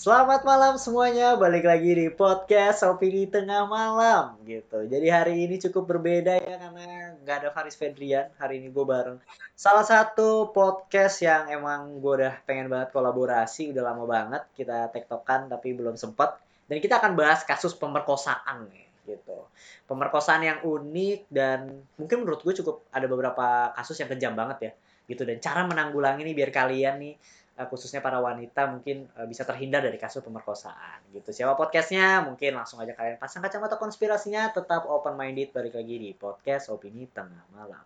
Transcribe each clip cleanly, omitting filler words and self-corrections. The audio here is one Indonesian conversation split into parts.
Selamat malam semuanya, balik lagi di podcast Opini Tengah Malam gitu. Jadi hari ini cukup berbeda ya karena nggak ada Faris Fedrian. Hari ini gue bareng salah satu podcast yang emang gue udah pengen banget kolaborasi, udah lama banget kita tektokan tapi belum sempet. Dan kita akan bahas kasus pemerkosaan nih gitu. Pemerkosaan yang unik dan mungkin menurut gue cukup ada beberapa kasus yang kejam banget ya gitu. Dan cara menanggulangi nih biar kalian nih khususnya para wanita mungkin bisa terhindar dari kasus pemerkosaan gitu. Siapa podcastnya? Mungkin langsung aja kalian pasang kacamata konspirasinya, tetap open minded, balik lagi di podcast Opini Tengah Malam.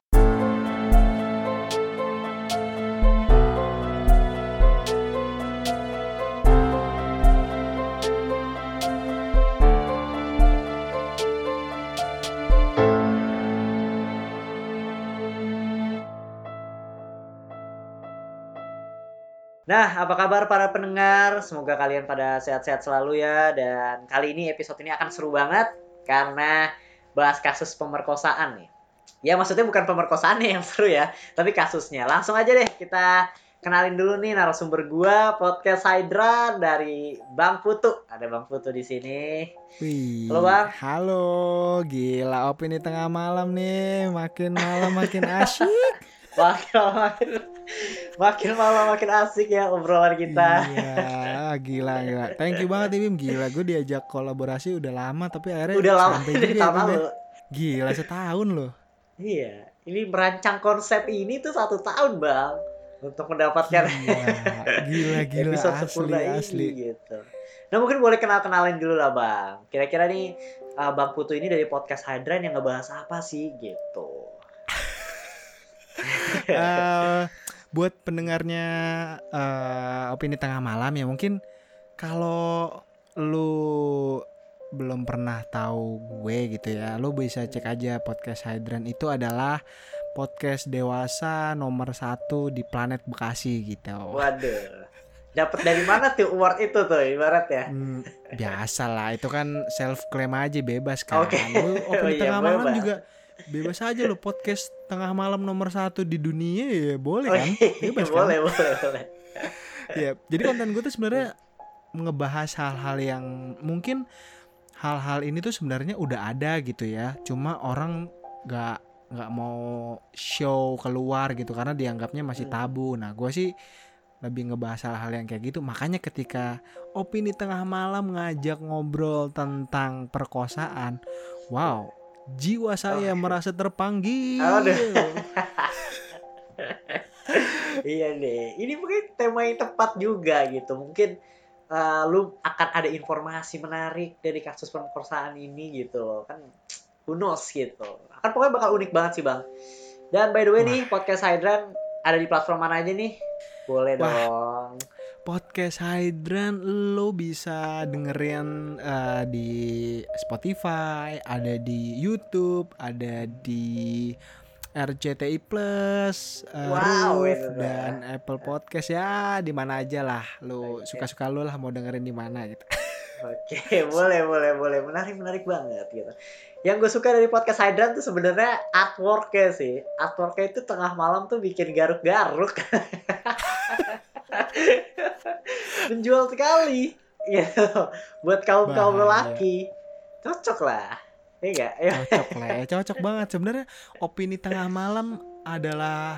Nah, apa kabar para pendengar? Semoga kalian pada sehat-sehat selalu ya. Dan kali ini episode ini akan seru banget karena bahas kasus pemerkosaan nih. Ya maksudnya bukan pemerkosaannya yang seru ya, tapi kasusnya. Langsung aja deh kita kenalin dulu nih narasumber gua podcast Hydran dari Bang Putu. Ada Bang Putu di sini. Wih, Halo Bang. halo, gila opini tengah malam nih, makin malam makin asyik. Makin malam makin asik ya obrolan kita. Iya, gila. Thank you banget nih Bim, gila gue diajak kolaborasi udah lama tapi akhirnya Udah lama sampai dari juga ya tahun Bim ya. lalu. Gila setahun loh. Iya, ini merancang konsep ini tuh 1 tahun Bang untuk mendapatkan Gila episode sempurna asli. ini gitu. Nah mungkin boleh kenalin dulu lah Bang. Kira-kira nih Bang Putu ini dari podcast Hydran yang ngebahas apa sih gitu. Buat pendengarnya opini tengah malam ya mungkin kalau lu belum pernah tahu gue gitu ya, lu bisa cek aja podcast Hydran. Itu adalah podcast dewasa nomor 1 di planet Bekasi gitu. Waduh, dapat dari mana tuh award itu tuh ibarat ya? Biasa lah, itu kan self claim aja, bebas kan. Oke. Lu opini Iya, tengah malam bebas. juga bebas aja lo, podcast tengah malam nomor 1 di dunia ya boleh kan? Bebas kan? Boleh. Ya, jadi konten gue tuh sebenarnya ngebahas hal-hal yang mungkin hal-hal ini tuh sebenarnya udah ada gitu ya. Cuma orang nggak mau show keluar gitu karena dianggapnya masih tabu. Nah, gue sih lebih ngebahas hal-hal yang kayak gitu. Makanya ketika opini tengah malam ngajak ngobrol tentang perkosaan, wow, jiwa saya merasa terpanggil. Aduh. Iya deh, ini mungkin tema yang tepat juga gitu. Mungkin lu akan ada informasi menarik dari kasus pemerkosaan ini gitu loh. Kan who knows gitu. Kan pokoknya bakal unik banget sih Bang. Dan by the way nih, podcast Hydran ada di platform mana aja nih? Boleh dong. Podcast Hydran lo bisa dengerin di Spotify, ada di YouTube, ada di RCTI Plus, Roof, dan Apple Podcast ya, di mana aja lah. Lo suka-suka lo lah mau dengerin di mana gitu. Oke, boleh. Menarik banget gitu. Yang gue suka dari podcast Hydran tuh sebenarnya artworknya sih. Artworknya itu tengah malam tuh bikin garuk-garuk. Menjual sekali. Gitu. Buat kaum lelaki. Cocok lah. Iya gak? Cocok banget. Sebenarnya opini tengah malam adalah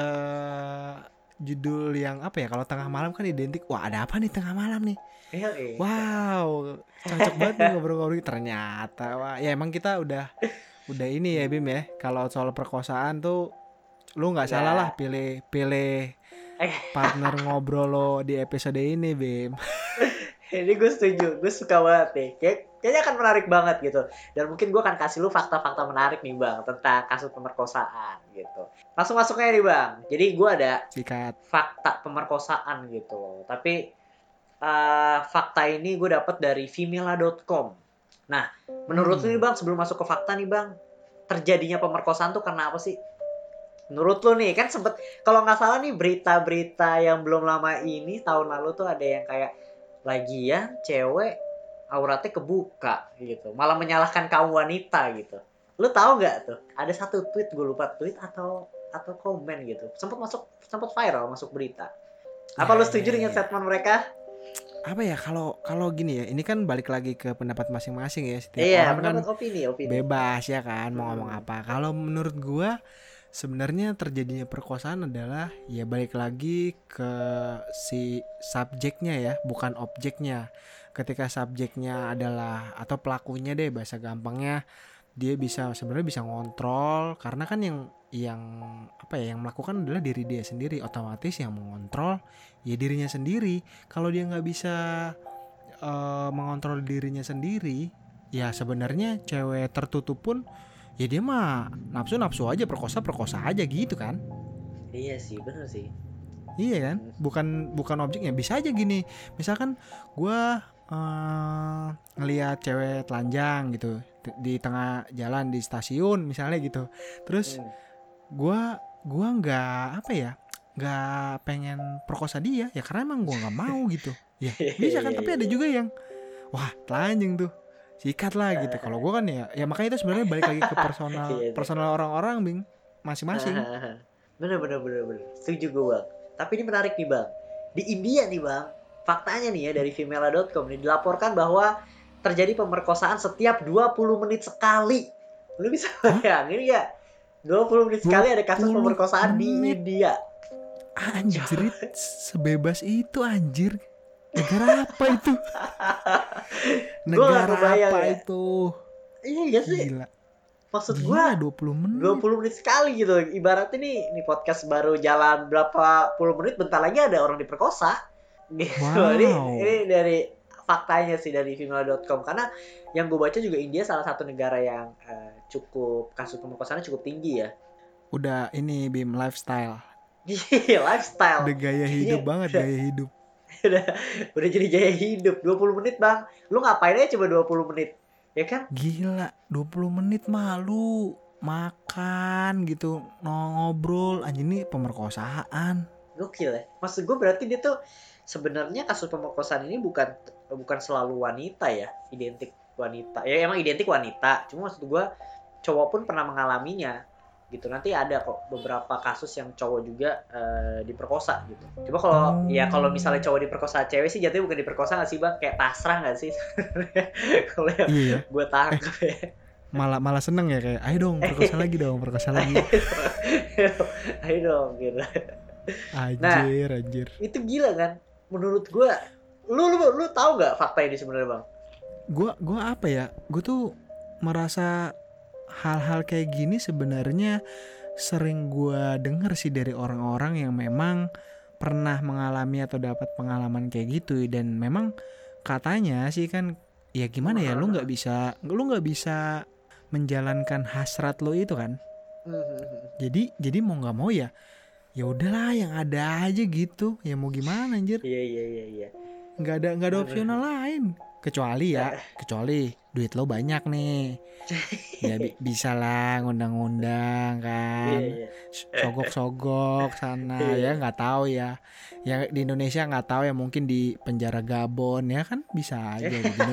judul yang apa ya, kalau tengah malam kan identik, wah ada apa nih tengah malam nih. Wow, cocok banget nih ngobrol-ngobrol. Ternyata wah, ya emang kita udah ini ya Bim ya. Kalau soal perkosaan tuh lu nggak salah lah pilih partner ngobrol lo di episode ini Bim. Ini gue setuju, gue suka banget nih. Kayaknya akan menarik banget gitu. Dan mungkin gue akan kasih lu fakta-fakta menarik nih Bang tentang kasus pemerkosaan gitu. Langsung masuknya nih Bang. Jadi gue ada fakta pemerkosaan gitu. Tapi fakta ini gue dapat dari femila.com. Nah, menurut lu nih Bang, sebelum masuk ke fakta nih Bang, terjadinya pemerkosaan tuh karena apa sih? Menurut lu nih, kan sempet, kalau nggak salah nih berita-berita yang belum lama ini, tahun lalu tuh ada yang kayak lagian cewek auratnya kebuka gitu, malah menyalahkan kaum wanita gitu. Lu tahu nggak tuh? Ada satu tweet, gue lupa tweet atau komen gitu, sempat viral, masuk berita. Apa lu setuju dengan statement mereka? apa ya, kalau gini ya, ini kan balik lagi ke pendapat masing-masing ya, setiap Iya, orang kan pendapat opini. bebas ya kan mau ngomong Hmm. apa. Kalau menurut gua sebenarnya terjadinya perkosaan adalah ya balik lagi ke si subjeknya ya, bukan objeknya. Ketika subjeknya adalah atau pelakunya deh bahasa gampangnya, dia bisa sebenarnya bisa ngontrol, karena kan yang apa ya, yang melakukan adalah diri dia sendiri, otomatis yang mengontrol ya dirinya sendiri. Kalau dia nggak bisa mengontrol dirinya sendiri, ya sebenarnya cewek tertutup pun ya dia mah nafsu aja, perkosa aja gitu kan. Iya sih, bener sih. Iya kan, bukan objeknya. Bisa aja gini, misalkan gue ngelihat cewek telanjang gitu di tengah jalan di stasiun misalnya gitu, terus Hmm. gue nggak apa ya, nggak pengen perkosa dia ya karena emang gue nggak mau gitu ya, bisa kan. Tapi ada juga yang wah telanjang tuh, sikat lah gitu. Kalau gue kan ya makanya itu sebenarnya balik lagi ke Iya sih. personal orang-orang Bing, masing-masing. Bener. Setuju gue bang. Tapi ini menarik nih bang. Di India nih bang, faktanya nih ya dari female.com nih dilaporkan bahwa terjadi pemerkosaan setiap 20 menit sekali. Lu bisa Hah? bayangin ya? 20 menit sekali ada kasus 20 pemerkosaan di menit India. Anjrit, sebebas itu anjir. Negara apa itu? Gue gak Negara kebayang apa ya. itu? Iya sih. Gila. Maksud gue Gila 20 menit. 20 menit sekali gitu. Ibaratnya nih podcast baru jalan berapa puluh menit, bentar lagi ada orang diperkosa. Gitu. Wow. Ini dari faktanya sih dari female.com. Karena yang gue baca juga India salah satu negara yang cukup kasus pemerkosaannya cukup tinggi ya. Udah ini Bim, lifestyle. Lifestyle. Udah gaya hidup banget, gaya hidup. udah jadi gaya hidup. 20 menit bang. Lu ngapain aja coba 20 menit? Ya kan? Gila, 20 menit malu makan gitu, ngobrol, anjir ini pemerkosaan. Gokil ya. Maksud gue berarti dia tuh sebenarnya kasus pemerkosaan ini bukan selalu wanita ya, identik wanita. Ya emang identik wanita. Cuma maksud gue cowok pun pernah mengalaminya gitu. Nanti ada kok beberapa kasus yang cowok juga diperkosa gitu. Coba kalau misalnya cowok diperkosa cewek sih jatuhnya bukan diperkosa nggak sih bang? Kayak pasrah nggak sih? Kalau Iya. gue tangkap ya. Malah seneng ya, kayak ayo dong perkosa lagi. Ayo dong gitu. Anjir. Itu gila kan? Menurut gue, lu tahu nggak fakta ini sebenarnya bang? Gue apa ya? Gue tuh merasa hal-hal kayak gini sebenarnya sering gue denger sih dari orang-orang yang memang pernah mengalami atau dapat pengalaman kayak gitu. Dan memang katanya sih kan, ya gimana ya, lu nggak bisa menjalankan hasrat lo itu kan. Jadi mau nggak mau ya udahlah yang ada aja gitu, ya mau gimana anjir. Iya. Nggak ada opsional lain kecuali duit lo banyak nih ya bisa lah ngundang-ngundang kan, sogok sana ya, nggak tahu ya di Indonesia nggak tahu ya, mungkin di penjara Gabon ya kan bisa aja.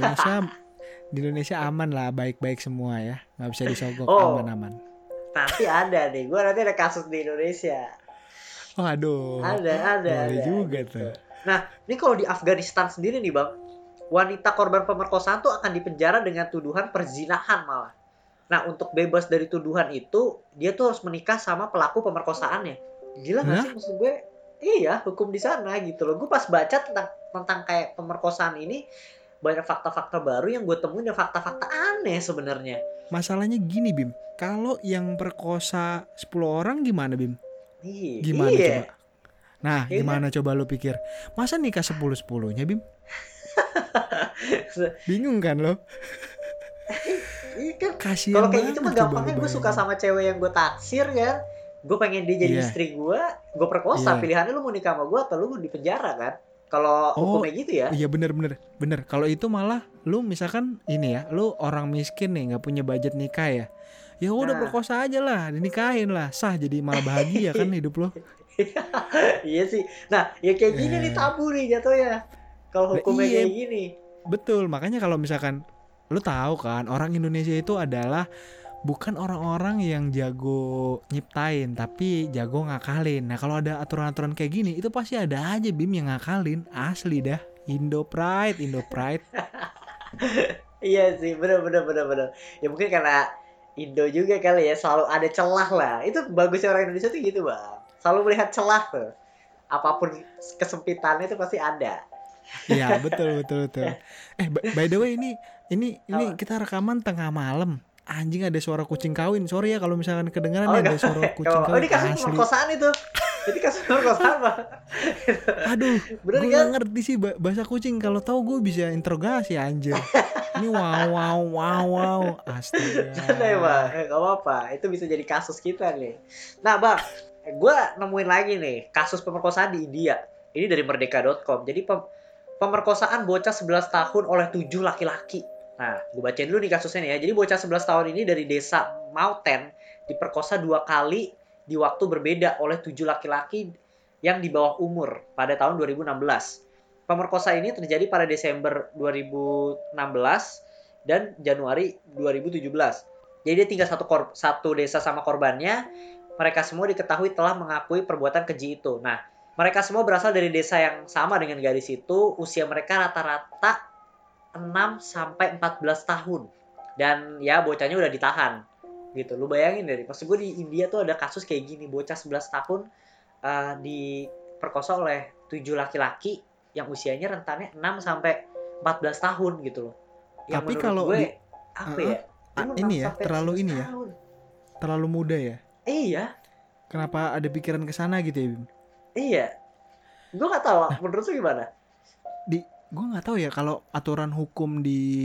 Di Indonesia aman lah, baik-baik semua ya, nggak bisa disogok, aman. Nanti ada nih, gue nanti ada kasus di Indonesia. Waduh, ada boleh juga gitu. tuh. Nah, ini kalau di Afghanistan sendiri nih bang, wanita korban pemerkosaan tuh akan dipenjara dengan tuduhan perzinahan malah. Nah, untuk bebas dari tuduhan itu, dia tuh harus menikah sama pelaku pemerkosaannya. Gila nggak sih maksud gue? Iya, hukum di sana gitu loh. Gue pas baca tentang kayak pemerkosaan ini, banyak fakta-fakta baru yang gue temuin, dan fakta-fakta aneh sebenarnya. Masalahnya gini Bim, kalau yang perkosa 10 orang gimana Bim? Gimana coba? Nah, gimana coba lu pikir? Masa nikah 10-10-nya Bim? Bingung kan lo? Iya kan? Kalau kayak gitu mah gampangnya gue suka sama cewek yang gue taksir kan. Gue pengen dia jadi istri gue perkosa. Pilihannya lu mau nikah sama gue atau lu di penjara kan? Kalau hukumnya gitu ya. Iya bener. Kalau itu malah lu misalkan ini ya, lu orang miskin nih, nggak punya budget nikah ya. Ya udah perkosa aja lah, dinikahin lah, sah, jadi malah bahagia kan hidup lo. Iya sih. Nah, ya kayak gini nih tabu nih jatuhnya. Kalau hukumnya kayak gini. Betul, makanya kalau misalkan lu tahu kan, orang Indonesia itu adalah bukan orang-orang yang jago nyiptain, tapi jago ngakalin. Nah, kalau ada aturan-aturan kayak gini, itu pasti ada aja Bim yang ngakalin, asli dah. Indo Pride, Indo Pride. Iya sih, bener. Ya mungkin karena Indo juga kali ya, selalu ada celah lah. Itu bagusnya orang Indonesia tuh gitu bang. Selalu melihat celah tuh. Apapun kesempitannya itu pasti ada. Iya, betul. By the way ini Apa? kita rekaman tengah malam. Anjing ada suara kucing kawin. Sorry ya kalau misalkan kedengeran Oh nih enggak, ada suara enggak kucing apa-apa. Oh kawin ini kasus asli. pemerkosaan itu. Jadi kasus pemerkosaan bang. Aduh, Bener gue kan? nggak ngerti sih bahasa kucing. Kalau tahu gue bisa interogasi anjir. Ini wow. Santai bang, Astaga. nggak apa-apa. Itu bisa jadi kasus kita nih. Nah bang, gue nemuin lagi nih kasus pemerkosaan di India. Ini dari merdeka.com. Jadi pemerkosaan bocah 11 tahun oleh 7 laki-laki. Nah, gue bacain dulu nih kasusnya nih ya. Jadi bocah 11 tahun ini dari desa Mauten diperkosa 2 kali di waktu berbeda oleh 7 laki-laki yang di bawah umur pada tahun 2016. Pemerkosaan ini terjadi pada Desember 2016 dan Januari 2017. Jadi dia tinggal satu desa sama korbannya. Mereka semua diketahui telah mengakui perbuatan keji itu. Nah, mereka semua berasal dari desa yang sama dengan gadis itu. Usia mereka rata-rata 6 sampai 14 tahun. Dan ya bocahnya udah ditahan. Gitu. Lu bayangin deh. Maksud gue di India tuh ada kasus kayak gini. Bocah 11 tahun diperkosa oleh 7 laki-laki yang usianya rentannya 6 sampai 14 tahun gitu loh. Yang Tapi menurut kalau gue di apa ya? Lu 6 ini ya sampai terlalu 11 ini ya, tahun. terlalu muda ya. Iya, Kenapa ada pikiran ke sana gitu ya, Bim? iya. Gue gak tahu, menurut lu gimana? Gue nggak tahu ya kalau aturan hukum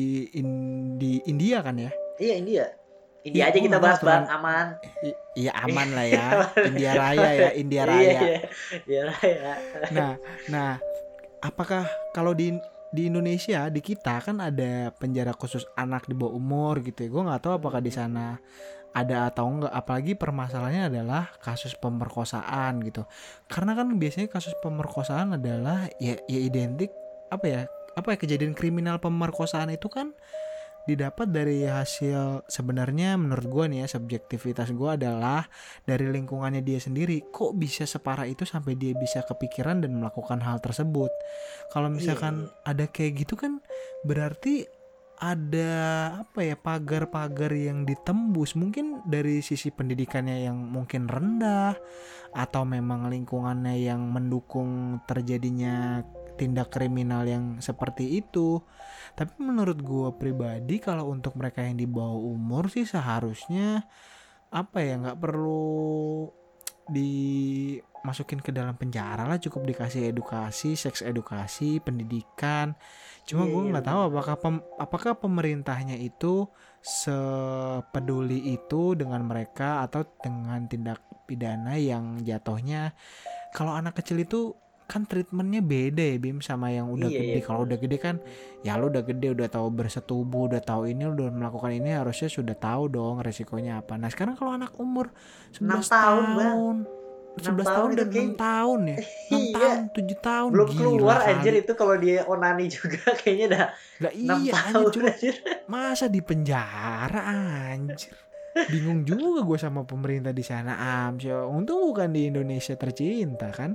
di India kan ya. Iya, India. India Iya, aja gue kita nggak tahu bahas aturan. bang, aman. Iya aman lah ya. India Raya ya, India Iya, Raya. iya. Iya lah ya. Nah, nah, apakah kalau di Indonesia di kita kan ada penjara khusus anak di bawah umur gitu ya. Gue nggak tahu apakah di sana ada atau enggak, apalagi permasalahannya adalah kasus pemerkosaan gitu. Karena kan biasanya kasus pemerkosaan adalah ya identik apa ya kejadian kriminal pemerkosaan itu kan didapat dari hasil, sebenarnya menurut gue nih ya, subjektivitas gue adalah dari lingkungannya dia sendiri. Kok bisa separah itu sampai dia bisa kepikiran dan melakukan hal tersebut? Kalau Iya, misalkan iya. ada kayak gitu kan berarti ada apa ya, pagar-pagar yang ditembus, mungkin dari sisi pendidikannya yang mungkin rendah atau memang lingkungannya yang mendukung terjadinya tindak kriminal yang seperti itu. Tapi menurut gue pribadi kalau untuk mereka yang di bawah umur sih seharusnya apa ya, nggak perlu dimasukin ke dalam penjara lah, cukup dikasih edukasi, seks edukasi, pendidikan. Cuma Iya, gue iya nggak tahu benar. apakah pemerintahnya itu sepeduli itu dengan mereka atau dengan tindak pidana yang jatuhnya, kalau anak kecil itu kan treatmentnya beda ya Bim sama yang udah Iya, iya gede. Kalau benar. udah gede kan ya lu udah gede, udah tahu bersetubuh, udah tahu ini, udah melakukan ini, harusnya sudah tahu dong resikonya apa. Nah sekarang kalau anak umur 6 11 tahun, Bang. tahun 6 11 tahun tahun itu dan 6 kayak tahun ya, 6 iya. tahun 7 tahun Belum gila keluar anjir kali. itu kalau dia onani juga kayaknya udah Lah 6 iya anjir, tahun coba anjir. masa di penjara anjir. Bingung juga gue sama pemerintah di sana, Amsyo. Untung bukan di Indonesia tercinta kan.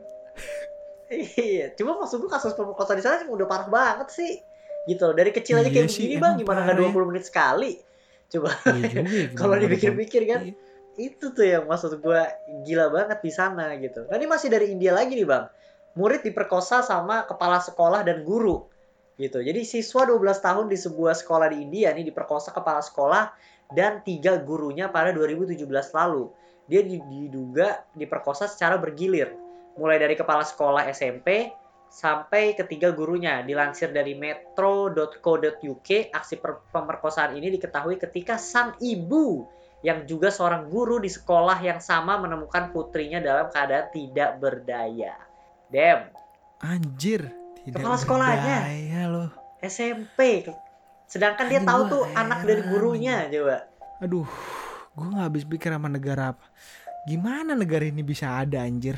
Iya, cuma maksud gue kasus pemerkosaan di sana udah parah banget sih. Gitu loh. Dari kecil aja Iya kayak sih begini, Bang. emang Gimana nggak parah ya. 20 menit sekali? Coba. Iya juga ya, gimana Kalau nggak 20. dipikir-pikir kan, Iya. itu tuh yang maksud gue gila banget di sana gitu. Nah, ini masih dari India lagi nih, Bang. Murid diperkosa sama kepala sekolah dan guru. Gitu. Jadi siswa 12 tahun di sebuah sekolah di India nih diperkosa kepala sekolah dan 3 gurunya pada 2017 lalu. Dia diduga diperkosa secara bergilir. Mulai dari kepala sekolah SMP sampai ketiga gurunya. Dilansir dari metro.co.uk, aksi pemerkosaan ini diketahui ketika sang ibu yang juga seorang guru di sekolah yang sama menemukan putrinya dalam keadaan tidak berdaya. Damn. Anjir, tidak Kepala sekolahnya berdaya loh. SMP. Sedangkan dia Anjing tahu gue tuh anak dari heran anjing. gurunya coba. Aduh, gue nggak habis pikir sama negara apa. Gimana negara ini bisa ada anjir?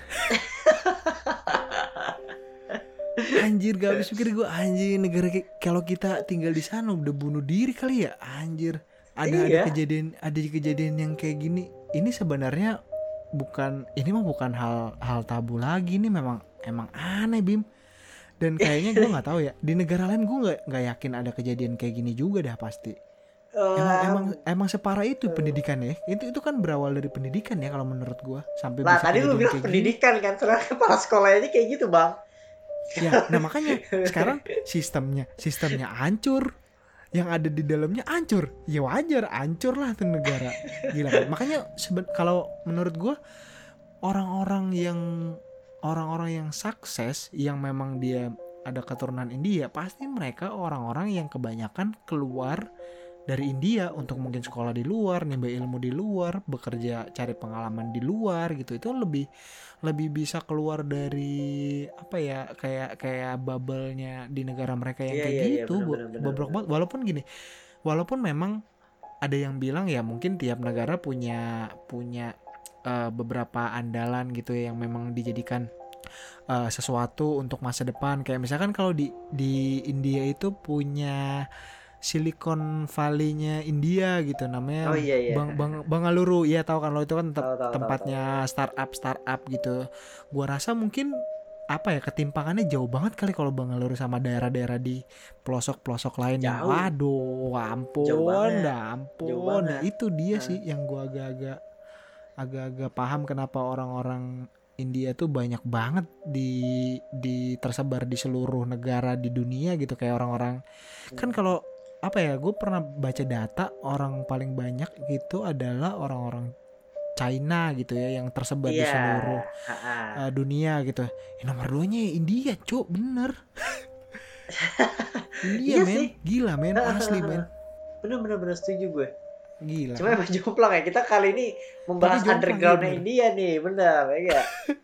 Anjir gak habis pikir gue, anjir negara kalau kita tinggal di sana udah bunuh diri kali ya anjir. Ada Iya. kejadian yang kayak gini. Ini sebenarnya bukan, ini mah bukan hal tabu lagi, ini memang emang aneh Bim. Dan kayaknya gue nggak tahu ya, di negara lain gue nggak yakin ada kejadian kayak gini juga dah pasti. Emang separah itu pendidikan ya. Itu kan berawal dari pendidikan ya kalau menurut gue, sampai Lah bisa tadi lu kejadian bilang kayak pendidikan kan, sekarang kepala sekolahnya kayak gitu bang. gini. Ya, nah makanya sekarang sistemnya hancur, yang ada di dalamnya hancur. Ya wajar, hancur lah tuh negara. Gila kan. Makanya kalau menurut gue orang-orang yang sukses, yang memang dia ada keturunan India, pasti mereka orang-orang yang kebanyakan keluar dari India untuk mungkin sekolah di luar, nimba ilmu di luar, bekerja, cari pengalaman di luar gitu. Itu lebih bisa keluar dari apa ya, kayak bubble-nya di negara mereka yang kayak gitu. Bobrok banget. Walaupun memang ada yang bilang ya mungkin tiap negara punya beberapa andalan gitu ya, yang memang dijadikan sesuatu untuk masa depan. Kayak misalkan kalau di India itu punya Silicon Valley-nya India gitu, namanya Bangalore. Iya tahu kan lo, itu kan tempatnya startup gitu. Gua rasa mungkin apa ya, ketimpangannya jauh banget kali kalau Bangalore sama daerah-daerah di pelosok-pelosok lain yang waduh ampun. Nah itu dia sih yang gua agak paham kenapa orang-orang India tuh banyak banget di tersebar di seluruh negara di dunia gitu. Kayak orang-orang kan, kalau apa ya, gue pernah baca data orang paling banyak gitu adalah orang-orang China gitu ya, yang tersebar di seluruh dunia gitu. Nomor 2-nya India, cuk, bener. India men, gila men, asli men. Bener setuju gue. Gila. Cuma emang jomplang ya, kita kali ini membahas undergroundnya India nih, bener ya gak?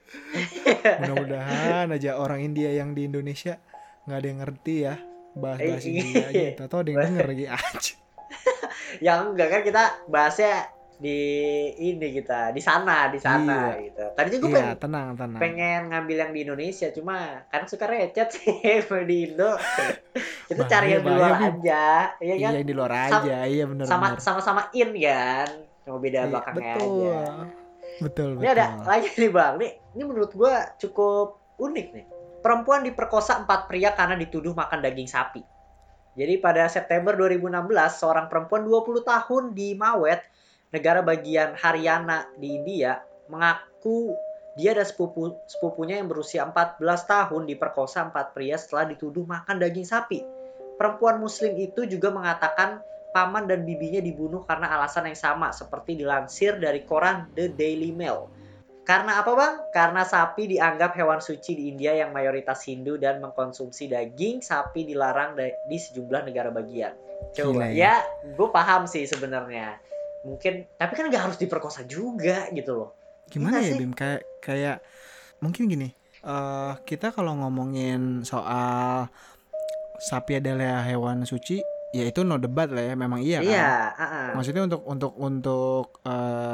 Mudah-mudahan aja orang India yang di Indonesia nggak ada yang ngerti ya bahas India aja, atau ada yang denger lagi aja. Yang enggak kan, kita bahasnya di ini, kita di sana gitu. Tadi juga pengen ngambil yang di Indonesia, cuma kadang suka recet sih di Indo. Kita cari yang di luar aja, iya kan? Iya, yang di luar aja, iya benar. Sama-sama in kan, cuma beda belakangnya aja. Betul. Ini ada lagi nih bang, ini menurut gue cukup unik nih. Perempuan diperkosa 4 pria karena dituduh makan daging sapi. Jadi pada September 2016, seorang perempuan 20 tahun di Mawet, negara bagian Haryana di India, mengaku dia dan sepupunya yang berusia 14 tahun diperkosa 4 pria setelah dituduh makan daging sapi. Perempuan muslim itu juga mengatakan paman dan bibinya dibunuh karena alasan yang sama, seperti dilansir dari koran The Daily Mail. Karena apa bang? Karena sapi dianggap hewan suci di India yang mayoritas Hindu dan mengkonsumsi daging sapi dilarang di sejumlah negara bagian. Coba ya, gue paham sih sebenarnya. Mungkin, tapi kan nggak harus diperkosa juga gitu loh. Gimana ya Bim? Kayak mungkin gini. Kita kalau ngomongin soal sapi adalah hewan suci, ya itu no debat lah ya. Memang iya kan. Maksudnya untuk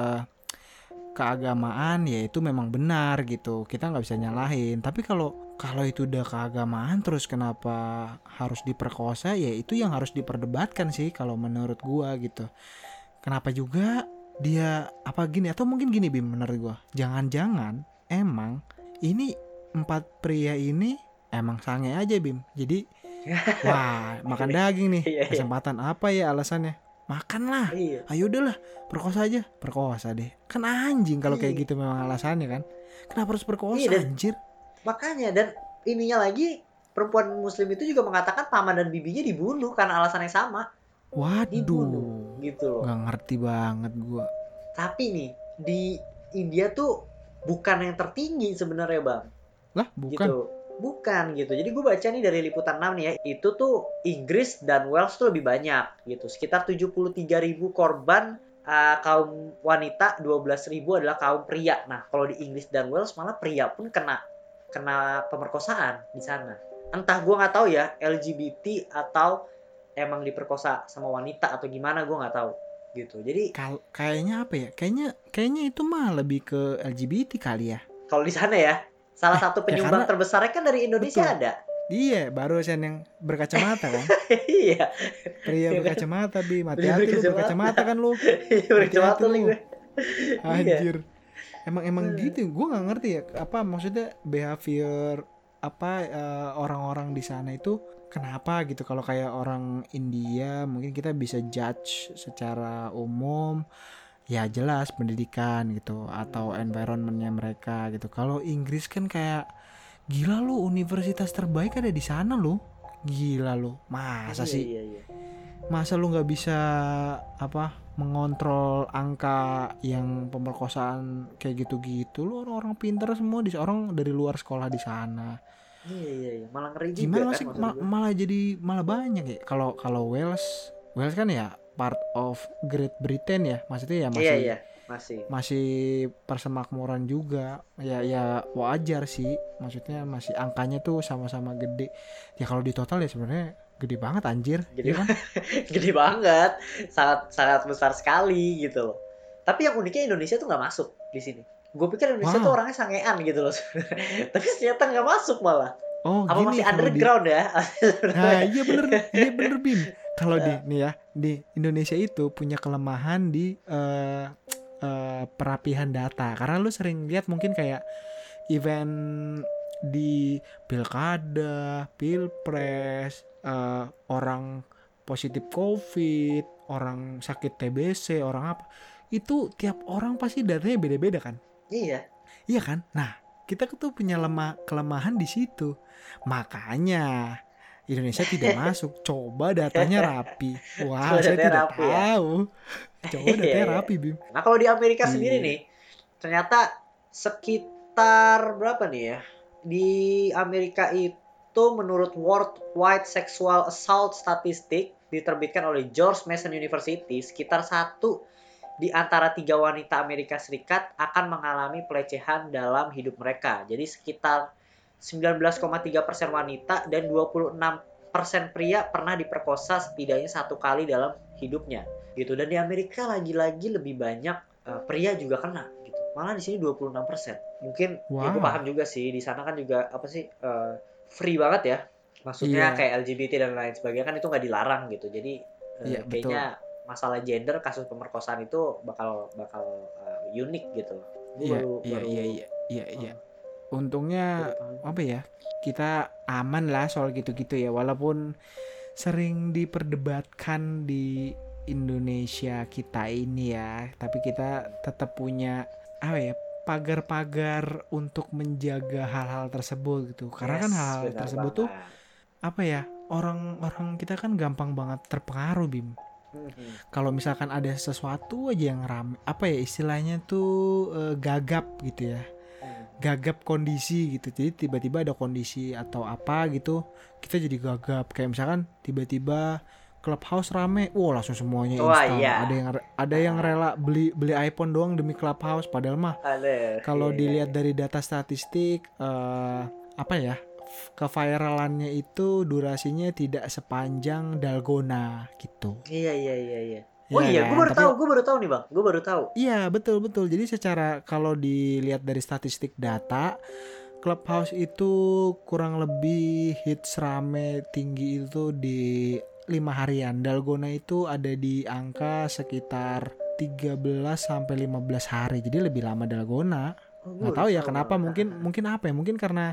keagamaan ya itu memang benar gitu, kita nggak bisa nyalahin. Tapi kalau itu udah keagamaan terus kenapa harus diperkosa, ya itu yang harus diperdebatkan sih kalau menurut gua gitu. Kenapa juga dia apa gini, atau mungkin gini Bim, menurut gua jangan-jangan emang ini 4 pria ini emang sange aja Bim, jadi wah makan daging nih, kesempatan apa ya alasannya, makan lah, ayo udahlah perkosa deh, kan anjing kalau kayak gitu memang alasannya kan. Kenapa harus perkosa anjir? Makanya, dan ininya lagi, perempuan muslim itu juga mengatakan paman dan bibinya dibunuh karena alasan yang sama. Waduh, dibunuh, gitu loh. Gak ngerti banget gua. Tapi nih di India tuh bukan yang tertinggi sebenarnya bang. Lah bukan? Gitu. Bukan gitu. Jadi gue baca nih dari Liputan 6 nih ya, itu tuh Inggris dan Wales tuh lebih banyak gitu. Sekitar 73.000 korban kaum wanita, 12.000 adalah kaum pria. Nah, kalau di Inggris dan Wales malah pria pun kena pemerkosaan di sana. Entah gue nggak tahu ya, LGBT atau emang diperkosa sama wanita atau gimana, gue nggak tahu gitu. Jadi kayaknya apa ya? Kayaknya itu mah lebih ke LGBT kali ya. Kalau di sana ya. Salah satu penyumbang terbesarnya kan dari Indonesia. Betul. Ada. Iya, barusan yang berkacamata kan. Iya. Pria berkacamata, Bi. Hati-hati lu berkacamata kan lu. Berkacamata lu gue. Anjir. Emang gitu. Gue gak ngerti ya. Apa maksudnya behavior orang-orang di sana itu kenapa gitu. Kalau kayak orang India mungkin kita bisa judge secara umum, ya jelas pendidikan gitu atau environmentnya mereka gitu. Kalau Inggris kan kayak gila lu, universitas terbaik ada di sana lu, gila lu, masa Iya sih, iya iya. masa lu nggak bisa mengontrol angka yang pemerkosaan kayak gitu-gitu. Lu orang-orang pintar semua di orang dari luar sekolah di sana. Iya iya iya. Malah ngeri juga Gimana kan sih maksud gue. malah jadi malah banyak ya. Kalau Wales kan ya part of Great Britain ya, maksudnya ya Iya masih iya. Masih. masih persemakmuran juga, ya wajar sih, maksudnya masih angkanya tuh sama-sama gede ya. Kalau di total ya sebenarnya gede banget anjir, Gede ya kan. gede banget. Sangat sangat besar sekali gitu loh. Tapi yang uniknya Indonesia tuh nggak masuk di sini. Gue pikir Indonesia tuh Wow. orangnya sangean gitu loh. Tapi ternyata nggak masuk malah. Oh Apa gini, masih kalau di, underground ya? nah iya bener Bim, kalau di nih ya, di Indonesia itu punya kelemahan di perapihan data. Karena lu sering lihat mungkin kayak event di pilkada, pilpres, orang positif COVID, orang sakit TBC, orang apa, itu tiap orang pasti datanya beda-beda kan. Iya. Iya kan? Nah, kita tuh punya kelemahan di situ. Makanya Indonesia tidak masuk. Coba datanya rapi. Wah, Coba saya datanya tidak rapi ya. tahu. Coba Iya datanya iya. rapi, Bim. Nah kalau di Amerika sendiri Gila. nih, ternyata sekitar berapa nih ya? Di Amerika itu menurut Worldwide Sexual Assault Statistic diterbitkan oleh George Mason University, sekitar 1 di antara 3 wanita Amerika Serikat akan mengalami pelecehan dalam hidup mereka. Jadi sekitar 19,3% wanita dan 26% pria pernah diperkosa setidaknya 1 kali dalam hidupnya. Gitu. Dan di Amerika lagi-lagi lebih banyak pria juga kena gitu. Malah di sini 26%. Mungkin ya gue Wow. paham juga sih, di sana kan juga apa sih free banget ya. Maksudnya Iya, kayak LGBT dan lain sebagainya kan itu nggak dilarang gitu. Jadi iya betul. kayaknya masalah gender, kasus pemerkosaan itu bakal bakal unik gitu. Gue Iya, baru iya, baru iya, iya, iya, iya. uh, baru Untungnya paham. apa ya? Kita aman lah soal gitu-gitu ya. Walaupun sering diperdebatkan di Indonesia kita ini ya, tapi kita tetap punya apa ya, pagar-pagar untuk menjaga hal-hal tersebut gitu. Karena kan Yes, hal-hal benar tersebut tuh banget. apa ya, orang-orang kita kan gampang banget terpengaruh, Bim. Mhm. Kalau misalkan ada sesuatu aja yang rame, apa ya istilahnya tuh, gagap gitu ya, gagap kondisi gitu. Jadi tiba-tiba ada kondisi atau apa gitu, kita jadi gagap. Kayak misalkan tiba-tiba Clubhouse rame, langsung semuanya Wah instan. iya. Ada yang rela beli beli iPhone doang demi Clubhouse. Padahal mah Ada. kalau Iya iya dilihat iya. dari data statistik, apa ya, keviralannya itu durasinya tidak sepanjang Dalgona gitu. Iya iya iya iya. Oh Iya iya, kan? Tapi gue baru tahu nih bang, gue baru tahu. iya betul betul. Jadi secara kalau dilihat dari statistik data, Clubhouse itu kurang lebih hits rame tinggi itu di 5 harian. Dalgona itu ada di angka sekitar 13 sampai 15 hari. Jadi lebih lama Dalgona. Oh gue Nggak baru tahu ya tahu kenapa, malah. mungkin apa ya, mungkin karena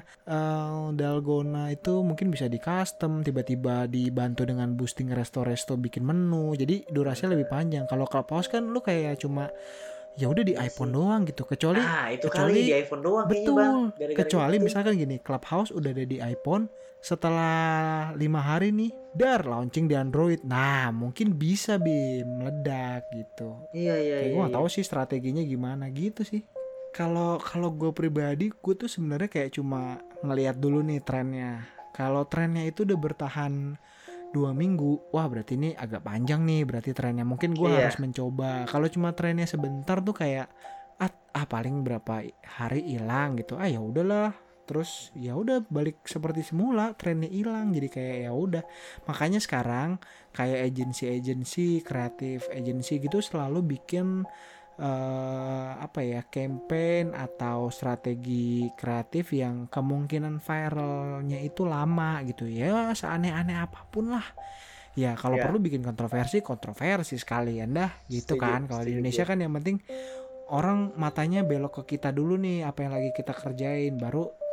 Dalgona itu mungkin bisa di custom, tiba-tiba dibantu dengan boosting resto-resto bikin menu, jadi durasinya lebih panjang. Kalau Clubhouse kan lu kayak cuma ya udah di Iya iPhone sih. doang gitu, kecuali Ah itu kali di kecuali iPhone doang kayaknya bang, betul, gara-gara kecuali gitu. misalkan gini, Clubhouse udah ada di iPhone, setelah 5 hari nih launching di Android, nah mungkin bisa meledak gitu. Iya iya Kayak gue iya nggak iya. tahu sih strateginya gimana gitu sih. Kalau gue pribadi, gue tuh sebenarnya kayak cuma ngelihat dulu nih trennya. Kalau trennya itu udah bertahan 2 minggu, wah berarti ini agak panjang nih, berarti trennya mungkin gue harus Iya. mencoba. Kalau cuma trennya sebentar tuh kayak paling berapa hari hilang gitu, ya udahlah, terus ya udah balik seperti semula, trennya hilang, jadi kayak ya udah. Makanya sekarang kayak agensi kreatif agensi gitu selalu bikin apa ya, campaign atau strategi kreatif yang kemungkinan viralnya itu lama gitu ya, seaneh-aneh apapun lah ya. Kalau Iya. perlu bikin kontroversi sekalian dah gitu Setuju, kan. Kalau di setuju Indonesia gue. kan yang penting orang matanya belok ke kita dulu nih, apa yang lagi kita kerjain, baru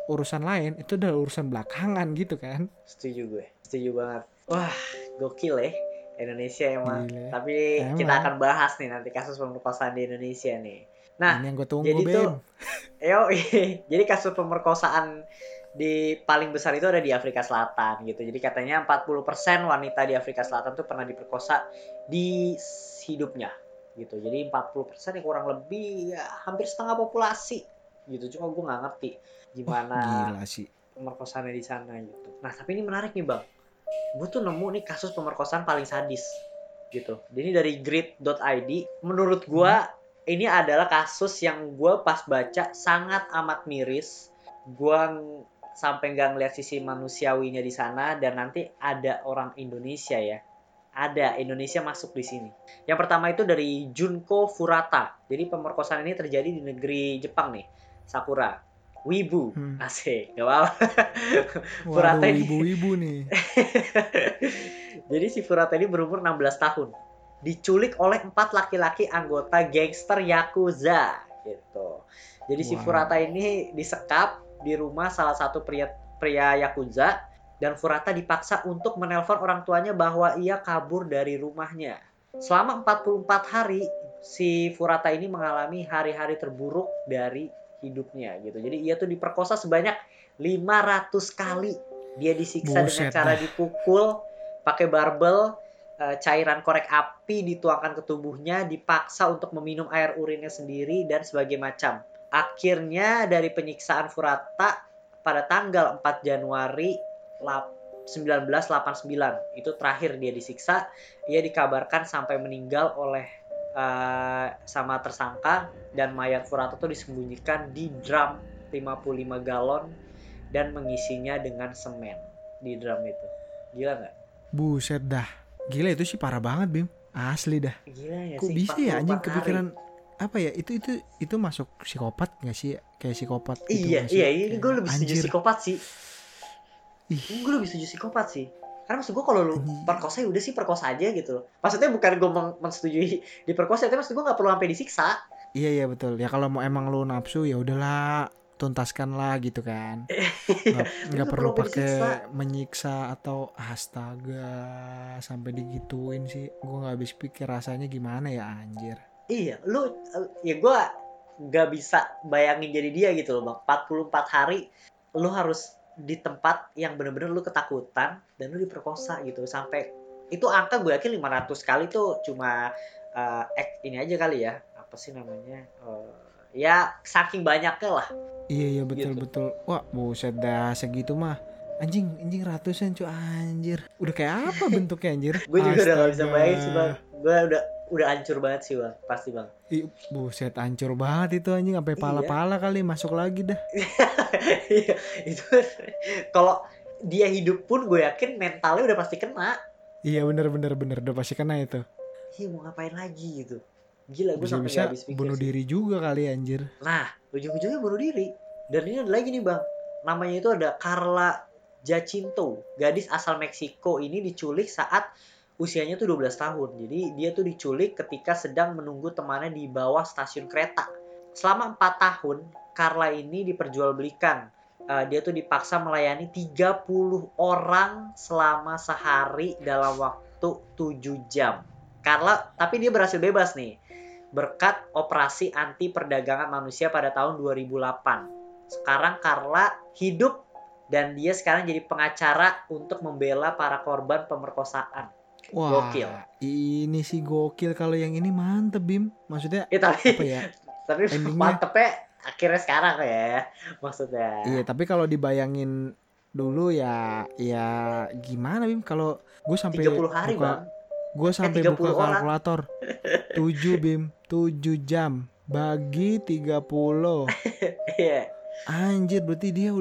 urusan lain, itu udah urusan belakangan gitu kan. Setuju gue. Setuju banget. Wah, gokil ya Indonesia emang. Gile. Tapi kita Emang. akan bahas nih nanti kasus pemerkosaan di Indonesia nih. Nah, Ini yang gue tunggu, jadi tuh, Bim. jadi kasus pemerkosaan di paling besar itu ada di Afrika Selatan gitu. Jadi katanya 40% wanita di Afrika Selatan tuh pernah diperkosa di hidupnya gitu. Jadi 40% ya kurang lebih ya hampir setengah populasi gitu. Cuma gue nggak ngerti Wah, gimana gila sih. pemerkosaannya di sana gitu. Nah, tapi ini menarik nih, Bang. Gue tuh nemu nih kasus pemerkosaan paling sadis gitu. Jadi dari grid.id, menurut gue ini adalah kasus yang gue pas baca sangat amat miris. Gue sampai nggak ngeliat sisi manusiawinya di sana, dan nanti ada orang Indonesia ya. Ada Indonesia masuk di sini. Yang pertama itu dari Junko Furata. Jadi pemerkosaan ini terjadi di negeri Jepang nih, Sakura. Wibu, asik, gak apa-apa. Waduh, ibu-ibu nih. Jadi si Furata ini berumur 16 tahun. Diculik oleh 4 laki-laki anggota gangster Yakuza gitu. Jadi si Furata ini disekap di rumah salah satu pria Yakuza, dan Furata dipaksa untuk menelpon orang tuanya bahwa ia kabur dari rumahnya. Selama 44 hari si Furata ini mengalami hari-hari terburuk dari hidupnya gitu. Jadi ia tuh diperkosa sebanyak 500 kali. Dia disiksa dengan cara dipukul pakai barbel, cairan korek api dituangkan ke tubuhnya, dipaksa untuk meminum air urinnya sendiri dan sebagainya macam. Akhirnya dari penyiksaan Furata pada tanggal 4 Januari 1989, itu terakhir dia disiksa, ia dikabarkan sampai meninggal oleh sama tersangka, dan mayat Furata itu disembunyikan di drum 55 galon dan mengisinya dengan semen di drum itu. Gila nggak? Buset dah. Gila itu sih parah banget, Bim. Asli dah. Gila ya. Kok bisa ya anjing kepikiran apa ya? Itu masuk psikopat nggak sih? Kayak psikopat gitu. Iya, ini gue lebih setuju psikopat sih. Gue lebih setuju psikopat sih. Karena maksud gue kalau lu perkosa ya udah sih perkosa aja gitu. Maksudnya bukan gue mensetujui diperkosa, tapi maksud gue nggak perlu sampai disiksa. Iya betul. Ya kalau mau emang lu nafsu ya udahlah, tuntaskan lah gitu kan. Nggak perlu pakai menyiksa atau astaga sampai digituin sih. Gue nggak habis pikir rasanya gimana ya anjir. Iya, ya gue nggak bisa bayangin jadi dia gitu loh, Bang. 44 hari lu harus di tempat yang bener-bener lu ketakutan dan lu diperkosa gitu. Sampai itu angka gue yakin 500 kali tuh cuma ini aja kali ya. Apa sih namanya? Ya saking banyaknya lah. Iya betul. Wah, buset dah segitu mah. Anjing ratusan cuy anjir. Udah kayak apa bentuknya anjir? Gue juga udah gak bisa bayangin sih, Bang. Gue udah hancur banget sih, Bang. Pasti, Bang. Buset, hancur banget itu anjing, sampai pala-pala kali masuk lagi dah. Iya, itu kalau dia hidup pun gue yakin mentalnya udah pasti kena. Iya bener udah pasti kena itu. Iya, mau ngapain lagi gitu. Gila, gue sampai bisa gak habis pikir bunuh sih. diri juga kali anjir. Nah, ujung-ujungnya bunuh diri. Dan ini ada lagi nih, Bang. Namanya itu ada Carla Jacinto. Gadis asal Meksiko ini diculik saat usianya tuh 12 tahun. Jadi dia tuh diculik ketika sedang menunggu temannya di bawah stasiun kereta. Selama 4 tahun, Carla ini diperjualbelikan. Dia tuh dipaksa melayani 30 orang selama sehari dalam waktu 7 jam. Carla, tapi dia berhasil bebas nih berkat operasi anti perdagangan manusia pada tahun 2008. Sekarang Carla hidup dan dia sekarang jadi pengacara untuk membela para korban pemerkosaan. Wah, gokil. Ini sih gokil, kalau yang ini mantep Bim. Maksudnya tapi, apa ya? Tapi mantepnya akhirnya sekarang ya maksudnya. Iya, tapi kalau dibayangin dulu ya gimana Bim, kalau gue sampai 30 hari, Bang. Gue sampai buka kalkulator. 7 Bim, 7 jam bagi 30. Iya. Anjir, berarti dia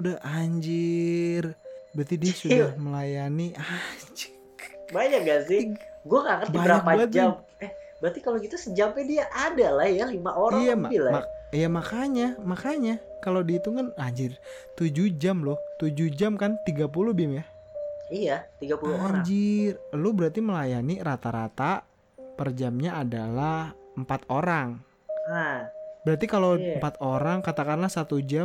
sudah melayani anjir. Banyak gak sih? Gue gak ngerti berapa jam. Berarti kalau gitu sejamnya dia ada lah ya 5 orang lebih lah. Iya makanya kalau dihitung kan anjir 7 jam loh. 7 jam kan 30 Bim ya. Iya, 30 orang. Anjir, lu berarti melayani rata-rata per jamnya adalah 4 orang. Nah, berarti kalau 4 orang katakanlah 1 jam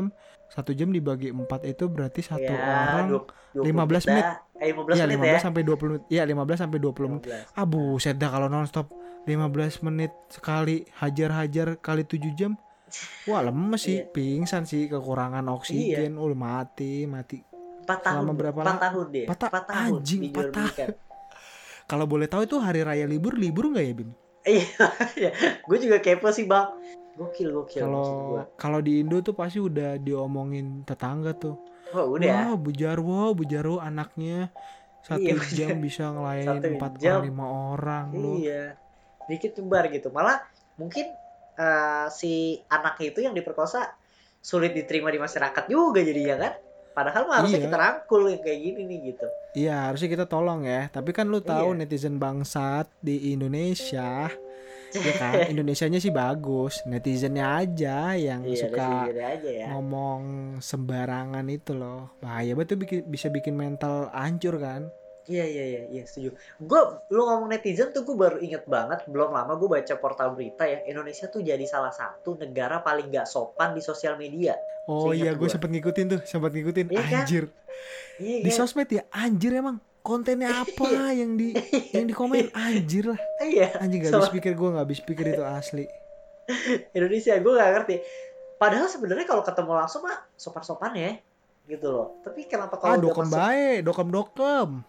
1 jam dibagi 4 itu berarti satu Ya, orang 20 15 menit. 15 Iya, menit 15 ya. sampai 20 menit. Iya, 15 sampai 20 menit. 15. Ah, buset dah kalau nonstop 15 menit sekali hajar-hajar kali 7 jam. Wah, lemes sih, Iya. pingsan sih, kekurangan Iya. oksigen. Mati. 4 tahun, Selama Bro. berapa 4 lama? tahun dia. 4 tahun Anjing, di 4 Juara tahun. Belikan. Kalau boleh tahu itu hari raya libur nggak ya, Bim? Iya. Gue juga kepo sih, Bang. Gokil maksud gue. Kalau di Indo tuh pasti udah diomongin tetangga tuh. Oh, Wah, udah. Bujarwo anaknya Iya, 1 jam bisa satu ngelayanin 4 orang jam. 5 orang loh. Iya. Dikit nyebar gitu. Malah mungkin si anaknya itu yang diperkosa sulit diterima di masyarakat juga jadinya kan. Padahal mah harusnya kita Iya, rangkul yang kayak gini nih gitu. iya harusnya kita tolong ya. Tapi kan lu tahu Iya. netizen bangsat di Indonesia, ya kan? Indonesianya sih bagus, netizennya aja yang Iya, ada suka sendiri aja ya. ngomong sembarangan itu loh. Bahaya banget tuh bisa bikin mental hancur kan? Iya, setuju. Lu ngomong netizen tuh gue baru inget banget, belum lama gue baca portal berita ya, Indonesia tuh jadi salah satu negara paling gak sopan di sosial media. Oh Seingat iya, gue gue. sempat ngikutin Iya kan? anjir. Iya Di kan? sosmed ya anjir emang kontennya Iya. apa yang di komen anjir lah. Iya. Anjing gak habis So, pikir, gue gak habis pikir itu asli. Indonesia gue gak ngerti. Padahal sebenarnya kalau ketemu langsung mah sopan-sopan ya. Gitu loh. Tapi kenapa Ah, kalau udah dokem masuk. bae, dokem.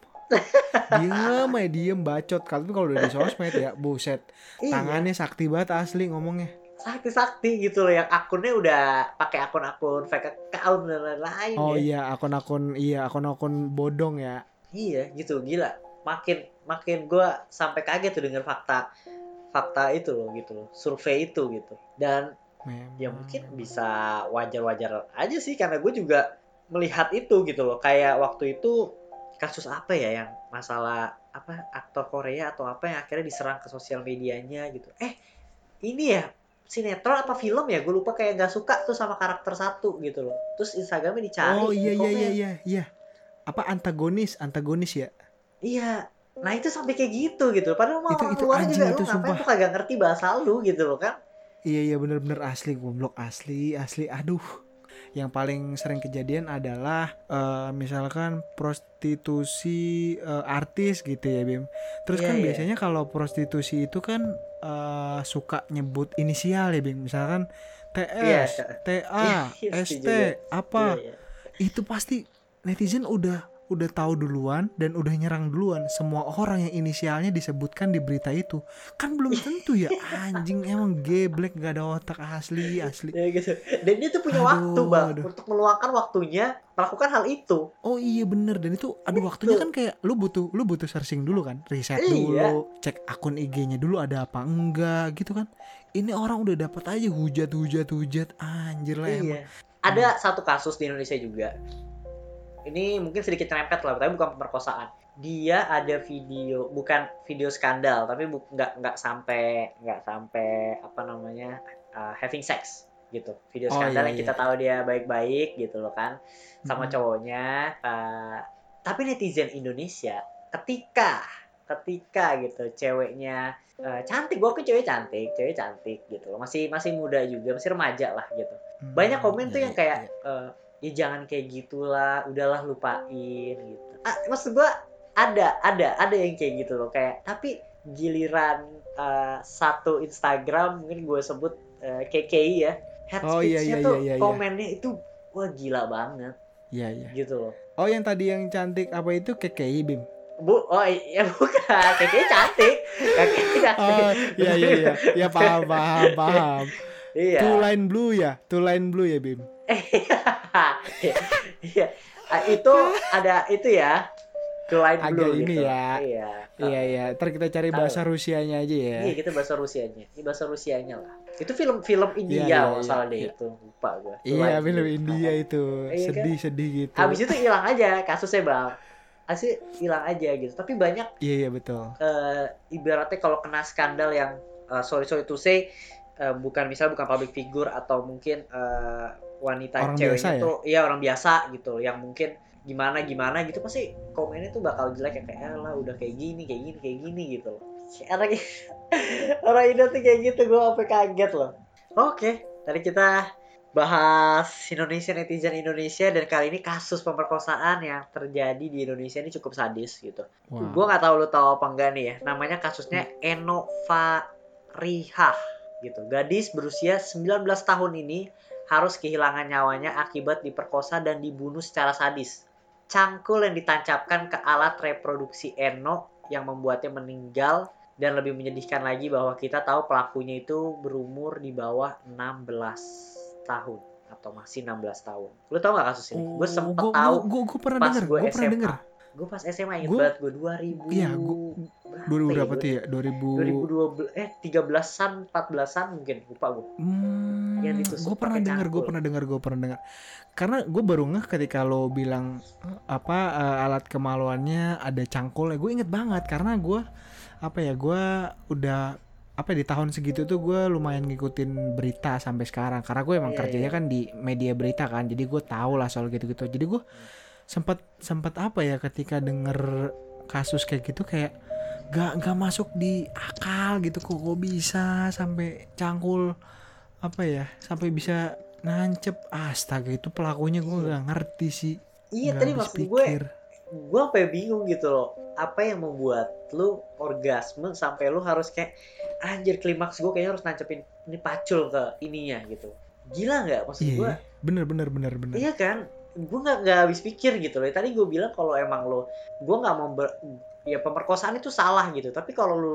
Diem bacot. Tapi kalau udah di sosmed ya buset, Iya. tangannya sakti banget asli ngomongnya. Sakti-sakti gitu loh. Yang akunnya udah pakai akun-akun fake account dan lain-lain Oh ya. iya, akun-akun bodong ya. Iya gitu. Gila. Makin gue sampai kaget tuh denger fakta itu loh gitu loh. Survei itu gitu. Dan ya mungkin Memang. bisa wajar-wajar aja sih. Karena gue juga melihat itu gitu loh. Kayak waktu itu kasus apa ya yang masalah apa aktor Korea atau apa yang akhirnya diserang ke sosial medianya gitu. Ini ya sinetron apa film ya? Gue lupa kayak nggak suka tuh sama karakter satu gitu loh. Terus Instagramnya Oh dicari iya di iya iya komen. iya iya. Apa antagonis ya? Iya. Nah itu sampai kayak gitu. Padahal mah orang Itu luarnya anjing juga lu itu ngapain sumpah. tuh kagak ngerti bahasa lu gitu loh kan? Iya bener-bener asli goblok asli. Aduh. Yang paling sering kejadian adalah misalkan prostitusi artis gitu ya Bim. Terus Iya kan iya. biasanya kalau prostitusi itu kan suka nyebut inisial ya Bim. Misalkan Iya. TS, Iya, TA, iya ST, setuju gue. Iya apa. iya. Itu pasti netizen udah tahu duluan dan udah nyerang duluan semua orang yang inisialnya disebutkan di berita itu. Kan belum tentu ya, anjing emang geblek, gak ada otak asli. Ya gitu. Dan dia tuh punya waktu, Bang, Aduh. untuk meluangkan waktunya melakukan hal itu. Oh iya bener, dan itu aduh waktunya Itu. kan kayak lu butuh searching dulu kan, riset Iya. dulu, cek akun IG-nya dulu ada apa enggak gitu kan. Ini orang udah dapat aja hujat anjir lah emang. Iya. Ada satu kasus di Indonesia juga. Ini mungkin sedikit nyerempet lah, tapi bukan pemerkosaan. Dia ada video, bukan video skandal, tapi nggak sampai apa namanya having sex gitu. Video Oh skandal iya yang iya. kita tahu dia baik-baik gitu loh kan, sama Mm-mm. cowoknya. Tapi netizen Indonesia ketika gitu ceweknya cantik, gue cewek cantik gitu loh, masih masih muda juga, masih remaja lah gitu. Banyak komen tuh Iya yang iya kayak iya. ya jangan kayak gitulah, udahlah lupain gitu. Maksud gua ada yang kayak gitu loh, kayak tapi giliran satu Instagram mungkin gue sebut KKI ya, head Oh iya speech-nya iya iya tuh iya iya. komennya itu wah gila banget Iya iya. gitu loh. Oh yang tadi yang cantik apa itu KKI Bim? Oh iya bukan, KKI cantik, KKI cantik. Oh iya. Ya paham. Two Iya. line blue ya? Two line blue ya Bim? Iya. Itu ada itu ya. Line Agak blue ini gitu. ya. Iya. Iya. Ntar kita cari Tahu. bahasa Rusianya aja ya. Iya, kita bahasa Rusianya. Ini bahasa Rusianya lah. Itu film Iya. India masalah deh Iya. itu. Lupa gue. Iya, Line film blue. India itu Iya kan? sedih gitu. Habis itu hilang aja kasusnya, Bang. Asli hilang aja gitu. Tapi banyak Iya betul. ibaratnya kalau kena skandal yang sorry to say bukan public figure atau mungkin wanita Orang ceweknya biasa ya? tuh iya orang biasa gitu yang mungkin gimana gitu, pasti komennya tuh bakal jelek kayak lah udah kayak gini gitu loh. Orang Indo tuh kayak gitu, gue sampai kaget loh. Oke, tadi kita bahas Indonesia, netizen Indonesia, dan kali ini kasus pemerkosaan yang terjadi di Indonesia ini cukup sadis gitu. Gue Wow. nggak tahu lu tahu apa enggak nih ya. Namanya kasusnya Eno Farihah gitu. Gadis berusia 19 tahun ini harus kehilangan nyawanya akibat diperkosa dan dibunuh secara sadis. Cangkul yang ditancapkan ke alat reproduksi Eno yang membuatnya meninggal, dan lebih menyedihkan lagi bahwa kita tahu pelakunya itu berumur di bawah 16 tahun atau masih 16 tahun. Lu tau gak kasus ini? Gue Oh, sempet tahu gue pernah pas denger, gue gue pernah denger. SMA. Gue pas SMA inget Gue, banget, gue 2000 iya, gue berapa 2000 ya? berapa tuh ya? 2012 13-an 14-an mungkin, lupa gue. Yang ditusuk pakai cangkul. gue pernah dengar. Karena gue baru ngeh ketika lo bilang alat kemaluannya ada cangkul. Gue inget banget karena gue gue udah di tahun segitu tuh gue lumayan ngikutin berita sampai sekarang. Karena gue emang kerjanya kan di media berita kan, jadi gue tahu lah soal gitu-gitu. Jadi gue sempat ketika denger kasus kayak gitu kayak gak masuk di akal gitu, kok bisa sampai cangkul sampai bisa nancep. Astaga, itu pelakunya gue gak ngerti sih. Iya, Gak tadi habis maksud pikir. gue sampai bingung gitu loh. Apa yang membuat lu orgasme sampai lu harus kayak anjir, klimaks gue kayaknya harus nancepin ini pacul ke ininya gitu. Gila nggak maksud gue? Bener. Iya kan? Gue nggak habis pikir gitu loh. Tadi gue bilang kalau emang lo, gue nggak mau ya pemerkosaan itu salah gitu. Tapi kalau lu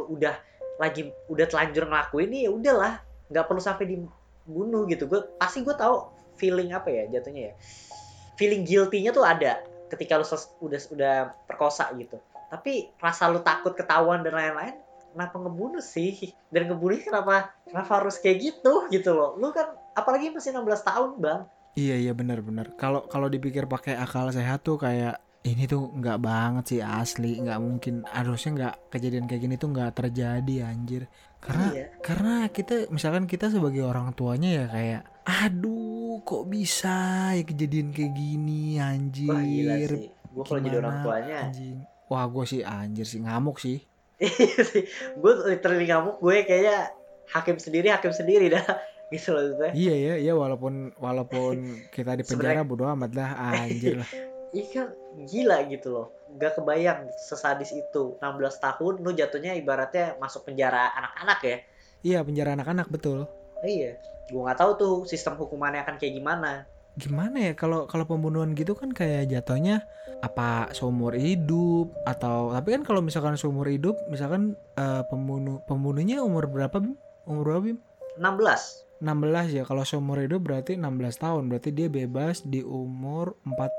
udah telanjur ngelakuin ini, ya udahlah, nggak perlu sampai dibunuh gitu. Gue tahu feeling apa ya jatuhnya ya. Feeling guilty-nya tuh ada ketika lu udah perkosa gitu. Tapi rasa lu takut ketahuan dan lain-lain, kenapa ngebunuh sih? Dan ngebunuhnya kenapa harus kayak gitu loh. Lu kan apalagi masih 16 tahun, Bang. Iya benar. Kalau dipikir pakai akal sehat tuh kayak ini tuh nggak banget sih, asli nggak mungkin. Harusnya nggak, kejadian kayak gini tuh nggak terjadi anjir. Karena kita misalkan kita sebagai orang tuanya ya kayak aduh kok bisa ya kejadian kayak gini anjir. Wah gila sih, gue kalau jadi orang tuanya anjing. Wah gue sih anjir sih ngamuk sih. iya sih, gue literally ngamuk. Gue kayaknya hakim sendiri dah gitu loh gue. Iya walaupun kita di penjara bodo amat lah anjir lah. Iya kan, gila gitu loh. Gak kebayang sesadis itu. 16 tahun lu jatuhnya ibaratnya masuk penjara anak-anak ya. Iya, penjara anak-anak, betul. Iya, gue nggak tahu tuh sistem hukumannya akan kayak gimana. Gimana ya kalau pembunuhan gitu kan kayak jatuhnya apa seumur hidup, atau tapi kan kalau misalkan seumur hidup misalkan pembunuhnya umur berapa Bim? Umur berapa Bim? 16. 16 ya. Kalau seumur hidup berarti 16 tahun. Berarti dia bebas di umur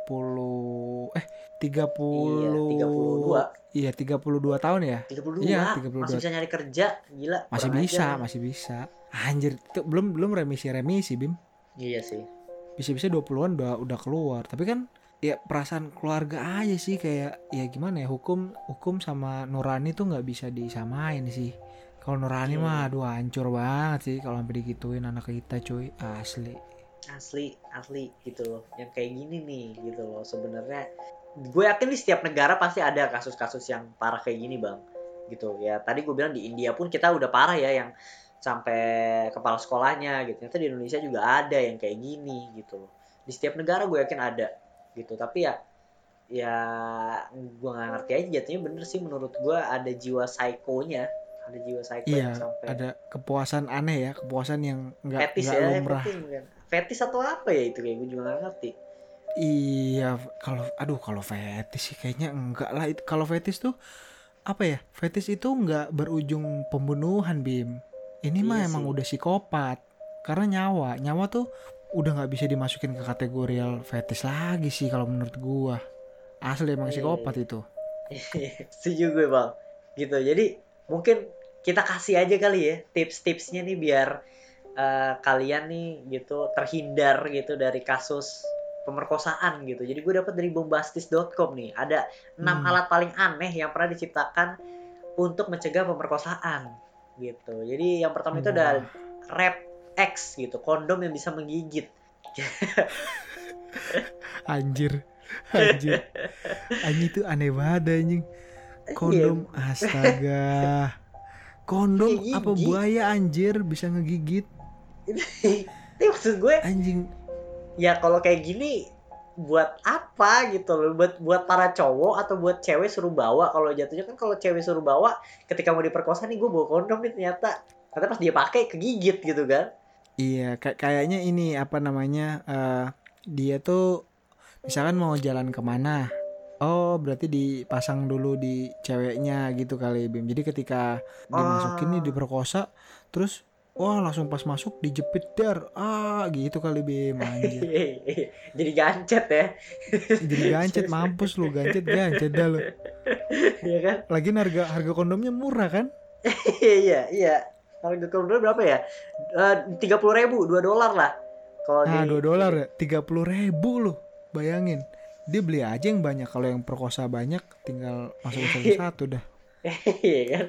30 Iya, 32 tahun ya? 32. Iya, 32. Masih bisa nyari kerja, gila. Masih bisa. Anjir, itu belum remisi Bim. Iya sih. Bisa 20-an udah keluar. Tapi kan ya perasaan keluarga aja sih, kayak ya gimana ya, hukum sama nurani tuh nggak bisa disamain sih. Kalau nurani mah aduh hancur banget sih kalau sampai digituin anak kita cuy, asli gitu loh. Yang kayak gini nih gitu loh. Sebenarnya gue yakin di setiap negara pasti ada kasus-kasus yang parah kayak gini, Bang. Gitu ya. Tadi gue bilang di India pun kita udah parah ya, yang sampai kepala sekolahnya gitu. Ternyata di Indonesia juga ada yang kayak gini gitu loh. Di setiap negara gue yakin ada gitu. Tapi ya gue nggak ngerti aja jatuhnya. Bener sih menurut gue ada jiwa psikonya. Ada jiwa psiko iya, yang sampai ada kepuasan aneh ya, kepuasan yang nggak lumrah. Fetis atau apa ya itu, kayak gue juga nggak ngerti. Iya, kalau fetis sih kayaknya enggak lah. Kalau fetis tuh apa ya? Fetis itu enggak berujung pembunuhan, Bim. Ini mah emang udah psikopat. Karena nyawa tuh udah nggak bisa dimasukin ke kategori fetis lagi sih kalau menurut gua. Asli emang psikopat itu. Setuju gue, Bang. Gitu. Jadi mungkin kita kasih aja kali ya tips-tipsnya nih biar kalian nih gitu terhindar gitu dari kasus pemerkosaan gitu. Jadi gue dapat dari bombastis.com nih, ada 6 alat paling aneh yang pernah diciptakan untuk mencegah pemerkosaan gitu. Jadi yang pertama itu ada Rap X gitu, kondom yang bisa menggigit. Anjir itu aneh banget anjing. Kondom, astaga. Kondom apa buaya anjir bisa ngegigit? Tapi maksud gue Anjing. ya kalau kayak gini buat apa gitu loh, buat para cowok atau buat cewek suruh bawa. Kalau jatuhnya kan kalau cewek suruh bawa ketika mau diperkosa nih, gue bawa kondom nih, ternyata pas dia pakai kegigit gitu kan. Iya, kayaknya ini apa namanya? Dia tuh misalkan mau jalan kemana, oh berarti dipasang dulu di ceweknya gitu kali Bim. Jadi ketika dimasukin nih Oh. diperkosa, terus wah langsung pas masuk dijepit dar, gitu kali Bim, anjir. Jadi gancet ya. Jadi gancet, mampus lu, gancet dah lu. Iya kan. Lagian harga harga kondomnya murah kan? Iya, iya. Harga kondom berapa ya? 30.000, $2 lah. Kalau Nah, di $2 ini. ya, 30.000 loh. Bayangin. Dia beli aja yang banyak. Kalau yang perkosa banyak, tinggal masukin satu-satu dah. Iya kan.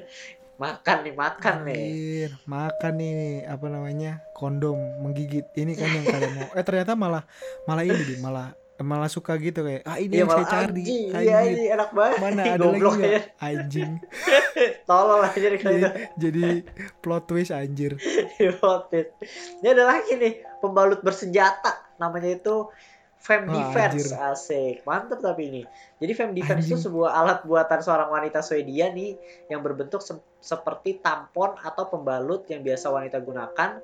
Makan nih. Anjir, makan nih apa namanya? Kondom menggigit. Ini kan yang kalian mau. Ternyata malah malah ini Bim, malah malah suka gitu kayak, ini Iya yang saya malah cari. anjing. Iya Anjir. ini enak banget. Mana ada lagi Goblok nggak? ya. Anjing. Tolol aja nih kalau Jadi itu. jadi plot twist anjir. Dibotit. Ini ada lagi nih, pembalut bersenjata. Namanya itu Fem Wah, Defense. anjir. Asik. Mantep tapi ini. Jadi Fem Defense itu Anjing. sebuah alat buatan seorang wanita Swedia nih yang berbentuk seperti tampon atau pembalut yang biasa wanita gunakan.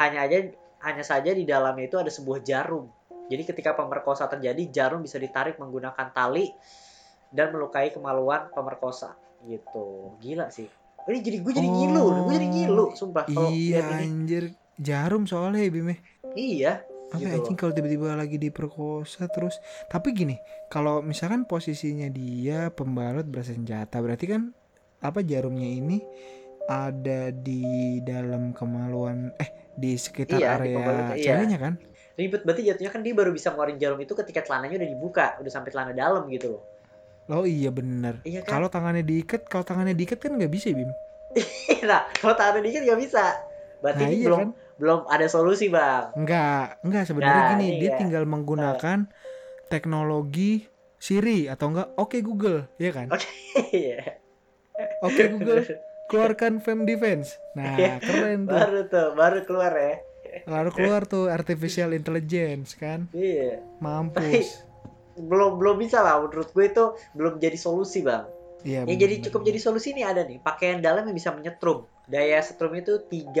Hanya saja di dalamnya itu ada sebuah jarum. Jadi ketika pemerkosa terjadi, jarum bisa ditarik menggunakan tali dan melukai kemaluan pemerkosa gitu. Gila sih. Ini jadi gue jadi ngilu, gue jadi Oh, ngilu, sumpah kalau lihat iya ini. anjir. Jarum soalnya ya Bim. Iya, Apa gitu loh. anjing kalau tiba-tiba lagi diperkosa terus. Tapi gini, kalau misalkan posisinya dia pembalut bersenjata, berarti kan apa jarumnya ini ada di dalam kemaluan di sekitar Iya, di pembalutnya area iya. ceweknya kan? Ribet berarti jatuhnya kan dia baru bisa ngeluarin jarum itu ketika celananya udah dibuka, udah sampai celana dalam gitu loh. Oh iya bener. Iya kan? Kalau tangannya diikat kan nggak bisa Bim. Nah, kalau tangannya dikit nggak bisa. Berarti Nah ini iya belum kan? belum ada solusi, Bang. Enggak sebenarnya Nah, gini, ini dia ya. tinggal Eh, menggunakan teknologi Siri atau enggak Oke Google, ya kan? Oke, iya. Oke Google, keluarkan Fem Defense. Iya, Nah, keren tuh. baru keluar ya. Lalu keluar tuh artificial intelligence kan. Iya. Mampus. Tapi belum belum bisa lah, menurut gue itu belum jadi solusi, Bang. Iya Yang bener jadi bener cukup jadi bener. solusi nih ada nih, pakaian dalam yang bisa menyetrum. Daya setrum itu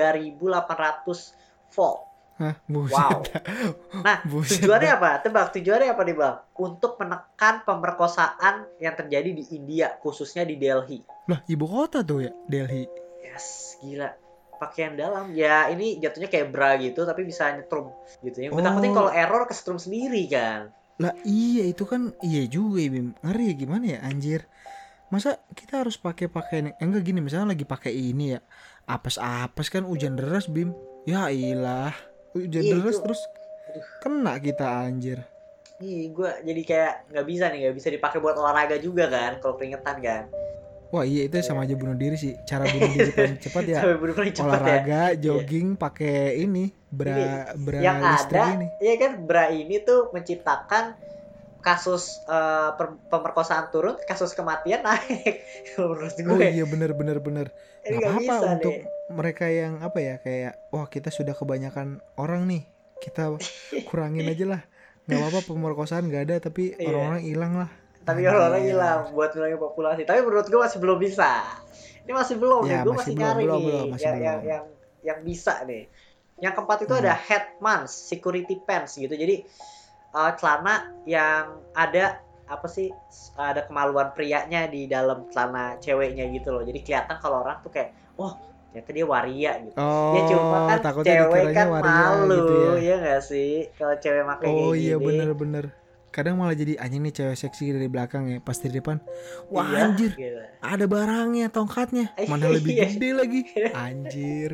3.800 volt. Hah, buset Wow. dah. Nah, Buset tujuannya dah. apa? Tebak, tujuannya apa nih, Bang? Untuk menekan pemerkosaan yang terjadi di India, khususnya di Delhi. Lah, ibu kota tuh ya, Delhi. Yes, gila. Pakaian dalam. Ya, ini jatuhnya kayak bra gitu, tapi bisa nyetrum gitu. Yang gue takutin kalau Oh, error kesetrum sendiri kan. lah iya itu kan iya juga ya, Bim. Ngeri ya gimana ya anjir. Masa kita harus pakai pakaian enggak gini misalnya lagi pakai ini ya. Apes-apes kan hujan deras, Bim. Ya ilah. Hujan Iya, itu. deras terus Aduh, kena kita anjir. ih, gue jadi kayak nggak bisa nih, nggak bisa dipakai buat olahraga juga kan, kalau keringetan kan. Wah iya itu sama aja bunuh diri sih. Cara bunuh diri paling cepat ya Sampai bener paling cepet ya. olahraga, Iya. jogging, pakai ini Ini bra yang listrik ada, ini. ya kan, bra ini tuh menciptakan kasus pemerkosaan turun, kasus kematian naik. Menurut Oh gue, iya bener bener bener. ini Nggak nggak apa-apa bisa untuk nih. mereka yang apa ya kayak wah kita sudah kebanyakan orang nih. Kita kurangin aja lah. Nggak apa-apa pemerkosaan nggak ada tapi Iya. orang-orang hilang lah. Tapi orang-orang Anjir. hilang buat ngurangin populasi. Tapi menurut gue masih belum bisa. Ini masih belum nih. Ya Gue masih masih belum nyari belum nih belum masih belum. yang bisa nih. Yang keempat itu ada Nah, headmans, security pants gitu. Jadi celana yang ada apa sih, ada kemaluan prianya di dalam celana ceweknya gitu loh. Jadi kelihatan kalau orang tuh kayak, oh ternyata dia waria gitu. Ya cuma oh kan takutnya cewek dikiranya kan waria gitu ya. malu, ya nggak sih, kalau cewek pakai Oh kayak iya gini. bener-bener. Kadang malah jadi anjing nih cewek seksi dari belakang ya. Pas di depan. Wah Iya anjir. gitu. Ada barangnya, tongkatnya. Mana lebih Iya. gede lagi. Anjir.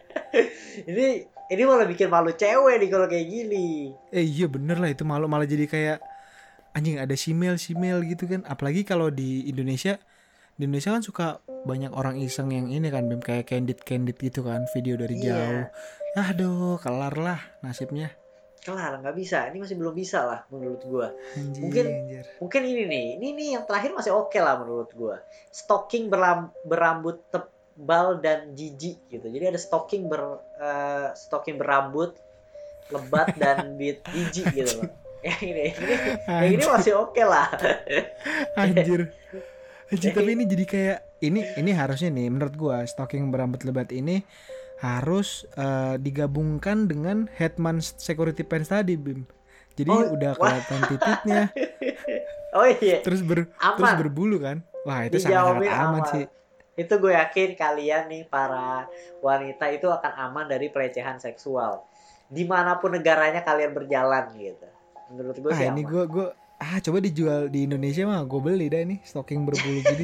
ini malah bikin malu cewek nih kalau kayak gini. Iya bener lah itu malu malah jadi kayak anjing ada simel gitu kan. Apalagi kalau di Indonesia kan suka banyak orang iseng yang ini kan Bim kayak candid gitu kan video dari jauh. Iya, Aduh, kelar lah nasibnya. kelar nggak bisa. Ini masih belum bisa lah menurut gua. Anjing Mungkin anjir. mungkin ini nih yang terakhir masih oke lah menurut gua. Stocking berambut tebal dan jijik gitu. Jadi ada stocking berambut lebat dan biji gitu loh. Yang ini Anjir, masih oke lah. anjir. Anjir, tapi ini jadi kayak ini harusnya nih menurut gua stalking berambut lebat ini harus digabungkan dengan Hetman Security Pants tadi, Bim. Jadi Oh, udah wah. kelihatan titiknya, Oh iya, terus aman. berbulu kan. Wah, itu sangat-sangat Dijawabin aman aman. sih. Itu gue yakin kalian nih para wanita itu akan aman dari pelecehan seksual. Dimanapun negaranya kalian berjalan gitu. Menurut gue Ah, sih ini aman. gua coba dijual di Indonesia mah gue beli dah nih stocking berbulu gini.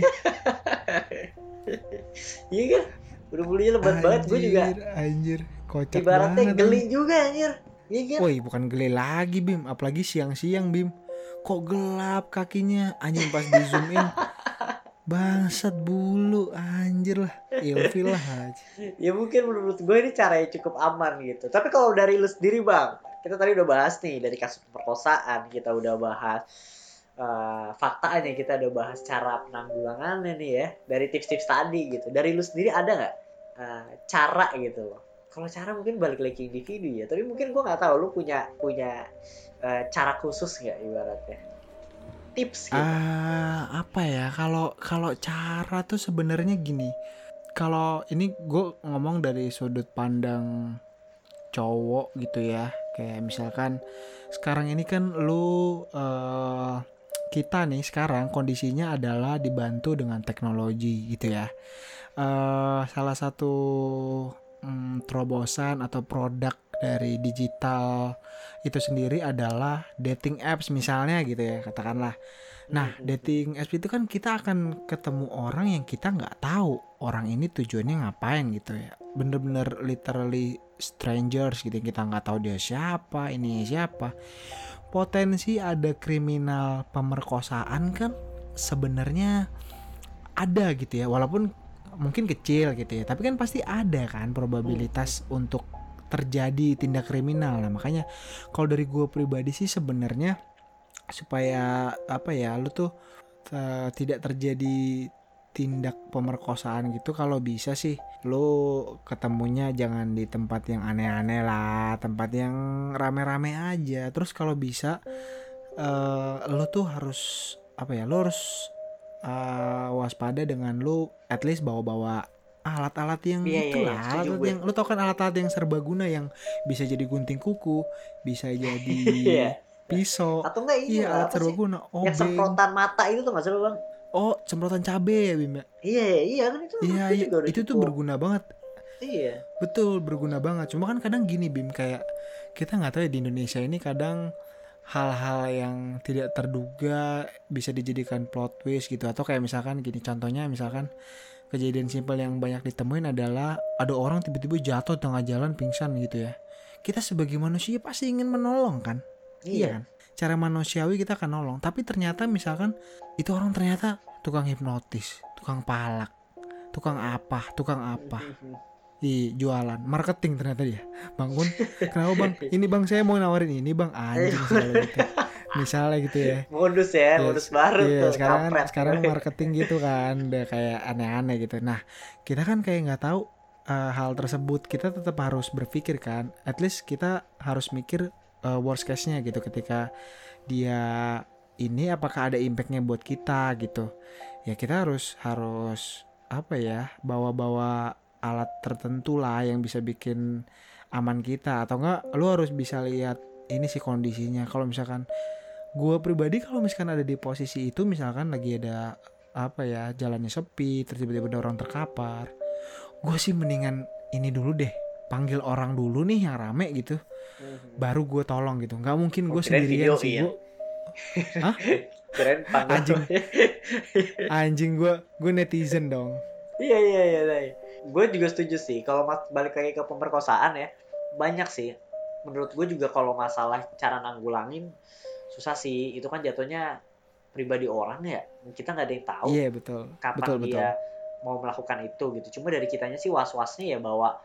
Iya kan? Bulu-bulunya lebat banget. Gue juga Anjir, anjir. Kocak ibaratnya banget geli anjir. juga anjir. Iya kan? Woi, bukan gele lagi, Bim. Apalagi siang-siang, Bim. Kok gelap kakinya? Anjing pas di zoom in. Bangsat bulu, anjir lah. Ilfil lah aja. Ya mungkin menurut gue ini caranya cukup aman gitu. Tapi kalau dari lu sendiri bang, kita tadi udah bahas nih dari kasus pemerkosaan, kita udah bahas faktanya, kita udah bahas cara penanggulangannya nih ya, dari tips-tips tadi gitu. Dari lu sendiri ada nggak cara gitu loh? Kalau cara mungkin balik lagi ke individu ya, tapi mungkin gue nggak tahu lu punya punya cara khusus nggak ibaratnya, tips gitu. Apa ya? Kalau kalau cara tuh sebenarnya gini. Kalau ini gue ngomong dari sudut pandang cowok gitu ya, kayak misalkan sekarang ini kan lu kita nih sekarang kondisinya adalah dibantu dengan teknologi gitu ya. Salah satu terobosan atau produk dari digital itu sendiri adalah dating apps misalnya gitu ya, katakanlah. Nah, dating apps itu kan kita akan ketemu orang yang kita nggak tahu orang ini tujuannya ngapain gitu ya. Bener-bener literally strangers gitu, kita nggak tahu dia siapa, ini siapa. Potensi ada kriminal pemerkosaan kan sebenarnya ada gitu ya, walaupun mungkin kecil gitu ya, tapi kan pasti ada kan probabilitas untuk terjadi tindak kriminal. Nah makanya kalau dari gue pribadi sih sebenarnya supaya apa ya, lu tuh tidak terjadi tindak pemerkosaan gitu, kalau bisa sih lu ketemunya jangan di tempat yang aneh-aneh lah, tempat yang rame-rame aja. Terus kalau bisa lu tuh harus apa ya, lu harus waspada dengan lu at least bawa-bawa alat-alat yang Iya iya iya, itulah, setuju alat-alat gue. yang lu tau kan, alat-alat yang serbaguna yang bisa jadi gunting kuku, bisa jadi Iya. pisau. Atau enggak ini Iya, lah alat apa sih? serbaguna, Yang obeng. semprotan mata itu tuh nggak salah bang? Oh, semprotan cabe ya, Bim ya? Iya iya kan itu menurut Iya, gue iya, juga udah itu tuh cukup. berguna banget. Iya. Betul, berguna banget. Cuma kan kadang gini, Bim, kayak kita nggak tahu ya, di Indonesia ini kadang hal-hal yang tidak terduga bisa dijadikan plot twist gitu. Atau kayak misalkan gini, contohnya misalkan kejadian simpel yang banyak ditemuin adalah ada orang tiba-tiba jatuh tengah jalan pingsan gitu ya. Kita sebagai manusia pasti ingin menolong kan? Iya Iya. kan? Cara manusiawi kita akan nolong. Tapi ternyata misalkan itu orang ternyata tukang hipnotis, tukang palak, tukang apa. Di jualan marketing ternyata dia. Bangun, kenapa bang, ini bang saya mau nawarin ini bang, anjing sih kalau gitu misalnya gitu ya. Modus ya, modus Yes, baru iya tuh, sekarang kan, kampret. sekarang marketing gitu kan udah kayak aneh-aneh gitu. Nah kita kan kayak nggak tahu hal tersebut, kita tetap harus berpikir kan, at least kita harus mikir worst case nya gitu, ketika dia ini apakah ada impactnya buat kita gitu ya. Kita harus apa ya, bawa-bawa alat tertentu lah yang bisa bikin aman kita, atau enggak lu harus bisa lihat ini sih kondisinya. Kalau misalkan gue pribadi, kalau misalkan ada di posisi itu, misalkan lagi ada apa ya, jalannya sepi terus tiba-tiba ada orang terkapar, gue sih mendingan ini dulu deh, panggil orang dulu nih yang rame gitu, baru gue tolong gitu. Nggak mungkin Oh, gue kirain sendirian sih videoin. gue. Hah? Kirain panggil. Anjing, anjing, gue netizen dong. Iya iya iya. Gue juga setuju sih. Kalau balik lagi ke pemerkosaan ya, banyak sih. Menurut gue juga kalau masalah cara nanggulangin susah sih. Itu kan jatuhnya pribadi orang ya. Kita nggak ada yang tahu Iya, betul kapan betul dia betul. mau melakukan itu gitu. Cuma dari kitanya sih was-wasnya ya bawa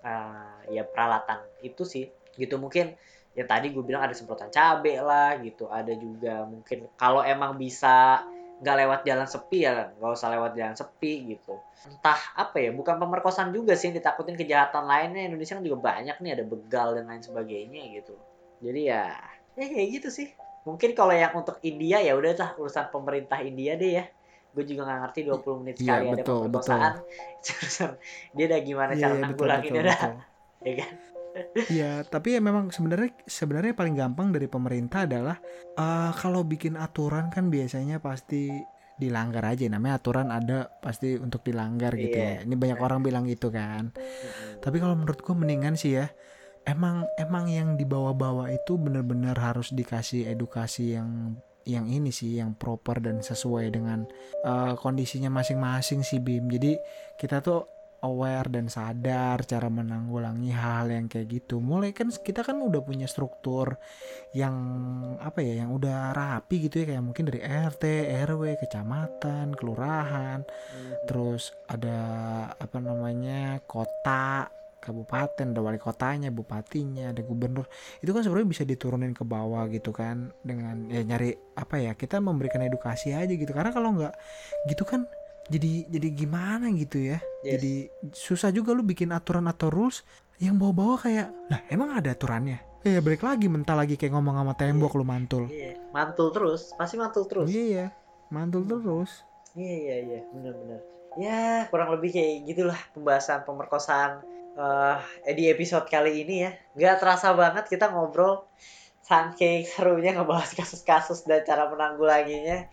ya peralatan itu sih. Gitu mungkin yang tadi gue bilang ada semprotan cabe lah gitu. Ada juga mungkin kalau emang bisa nggak lewat jalan sepi ya nggak usah lewat jalan sepi gitu. Entah apa ya, bukan pemerkosaan juga sih yang ditakutin, kejahatan lainnya Indonesia kan juga banyak nih, ada begal dan lain sebagainya gitu. Jadi ya kayak gitu sih. Mungkin kalau yang untuk India ya udah lah urusan pemerintah India deh ya. Gue juga nggak ngerti 20 menit Iya, sekali ada betul, betul. pemerkosaan. Dia udah gimana Iya, cara iya, betul, betul, nanggulanginnya dah, betul. ya kan? Iya, tapi ya memang sebenarnya sebenarnya paling gampang dari pemerintah adalah kalau bikin aturan kan biasanya pasti dilanggar aja. Namanya aturan ada pasti untuk dilanggar gitu Iya. ya. Ini banyak orang bilang gitu kan. Tapi kalau menurut gue mendingan sih ya, emang emang yang dibawa-bawa itu benar-benar harus dikasih edukasi yang ini sih, yang proper dan sesuai dengan kondisinya masing-masing sih Bim. Jadi kita tuh aware dan sadar cara menanggulangi hal yang kayak gitu. Mulai kan kita kan udah punya struktur yang apa ya, yang udah rapi gitu ya, kayak mungkin dari RT, RW, kecamatan, kelurahan, terus ada apa namanya, kota, kabupaten, ada wali kotanya, bupatinya, ada gubernur. Itu kan sebenarnya bisa diturunin ke bawah gitu kan, dengan ya nyari apa ya, kita memberikan edukasi aja gitu. Karena kalau nggak gitu kan jadi gimana gitu ya. Yes. Jadi susah juga lu bikin aturan atau rules yang bawa-bawa kayak, lah emang ada aturannya. Ya balik lagi, mental lagi kayak ngomong sama tembok lu mantul. Iya, mantul terus, pasti mantul terus. Iya, mantul terus. Iya, benar-benar. Ya, kurang lebih kayak gitulah pembahasan pemerkosaan di episode kali ini ya. Gak terasa banget kita ngobrol saking serunya ngebahas kasus-kasus dan cara menanggulanginya.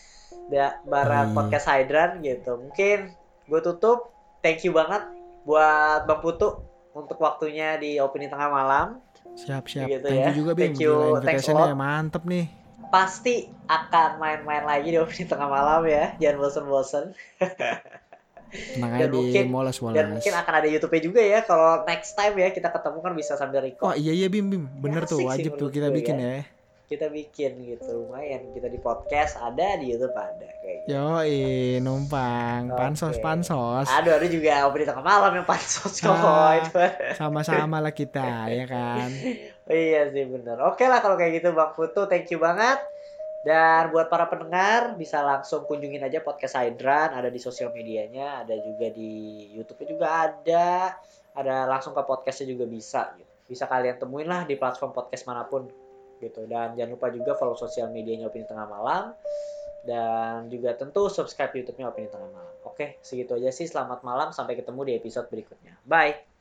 Bareng podcast Hydran gitu. Mungkin gue tutup. Thank you banget buat Bang Putu untuk waktunya di Opini Tengah Malam. Siap. Gitu Thank ya. you juga Bim. Thank you, Gila, thanks a invitationnya lot. mantep nih. Pasti akan main-main lagi di Opini Tengah Malam ya. Jangan bosen-bosen. Tenang aja Bim, moles. Dan mungkin akan ada YouTube-nya juga ya. Kalau next time ya kita ketemu kan bisa sambil record. Wah iya Bim, bener Ya, tuh, wajib tuh kita bikin kan? ya. Kita bikin gitu, lumayan. Kita di podcast ada, di YouTube ada kayak gitu. Yoi, numpang, pansos. Aduh juga Opini Tengah Malam yang pansos kok. Sama-sama lah kita ya kan. Iya sih bener. Oke lah kalau kayak gitu Bang Putu, thank you banget. Dan buat para pendengar bisa langsung kunjungin aja podcast Hydran, ada di sosial medianya, ada juga di YouTube-nya juga ada langsung ke podcastnya juga bisa gitu. Bisa kalian temuin lah di platform podcast manapun gitu. Dan jangan lupa juga follow sosial medianya Opini Tengah Malam, dan juga tentu subscribe YouTube-nya Opini Tengah Malam. Oke, segitu aja sih. Selamat malam, sampai ketemu di episode berikutnya. Bye.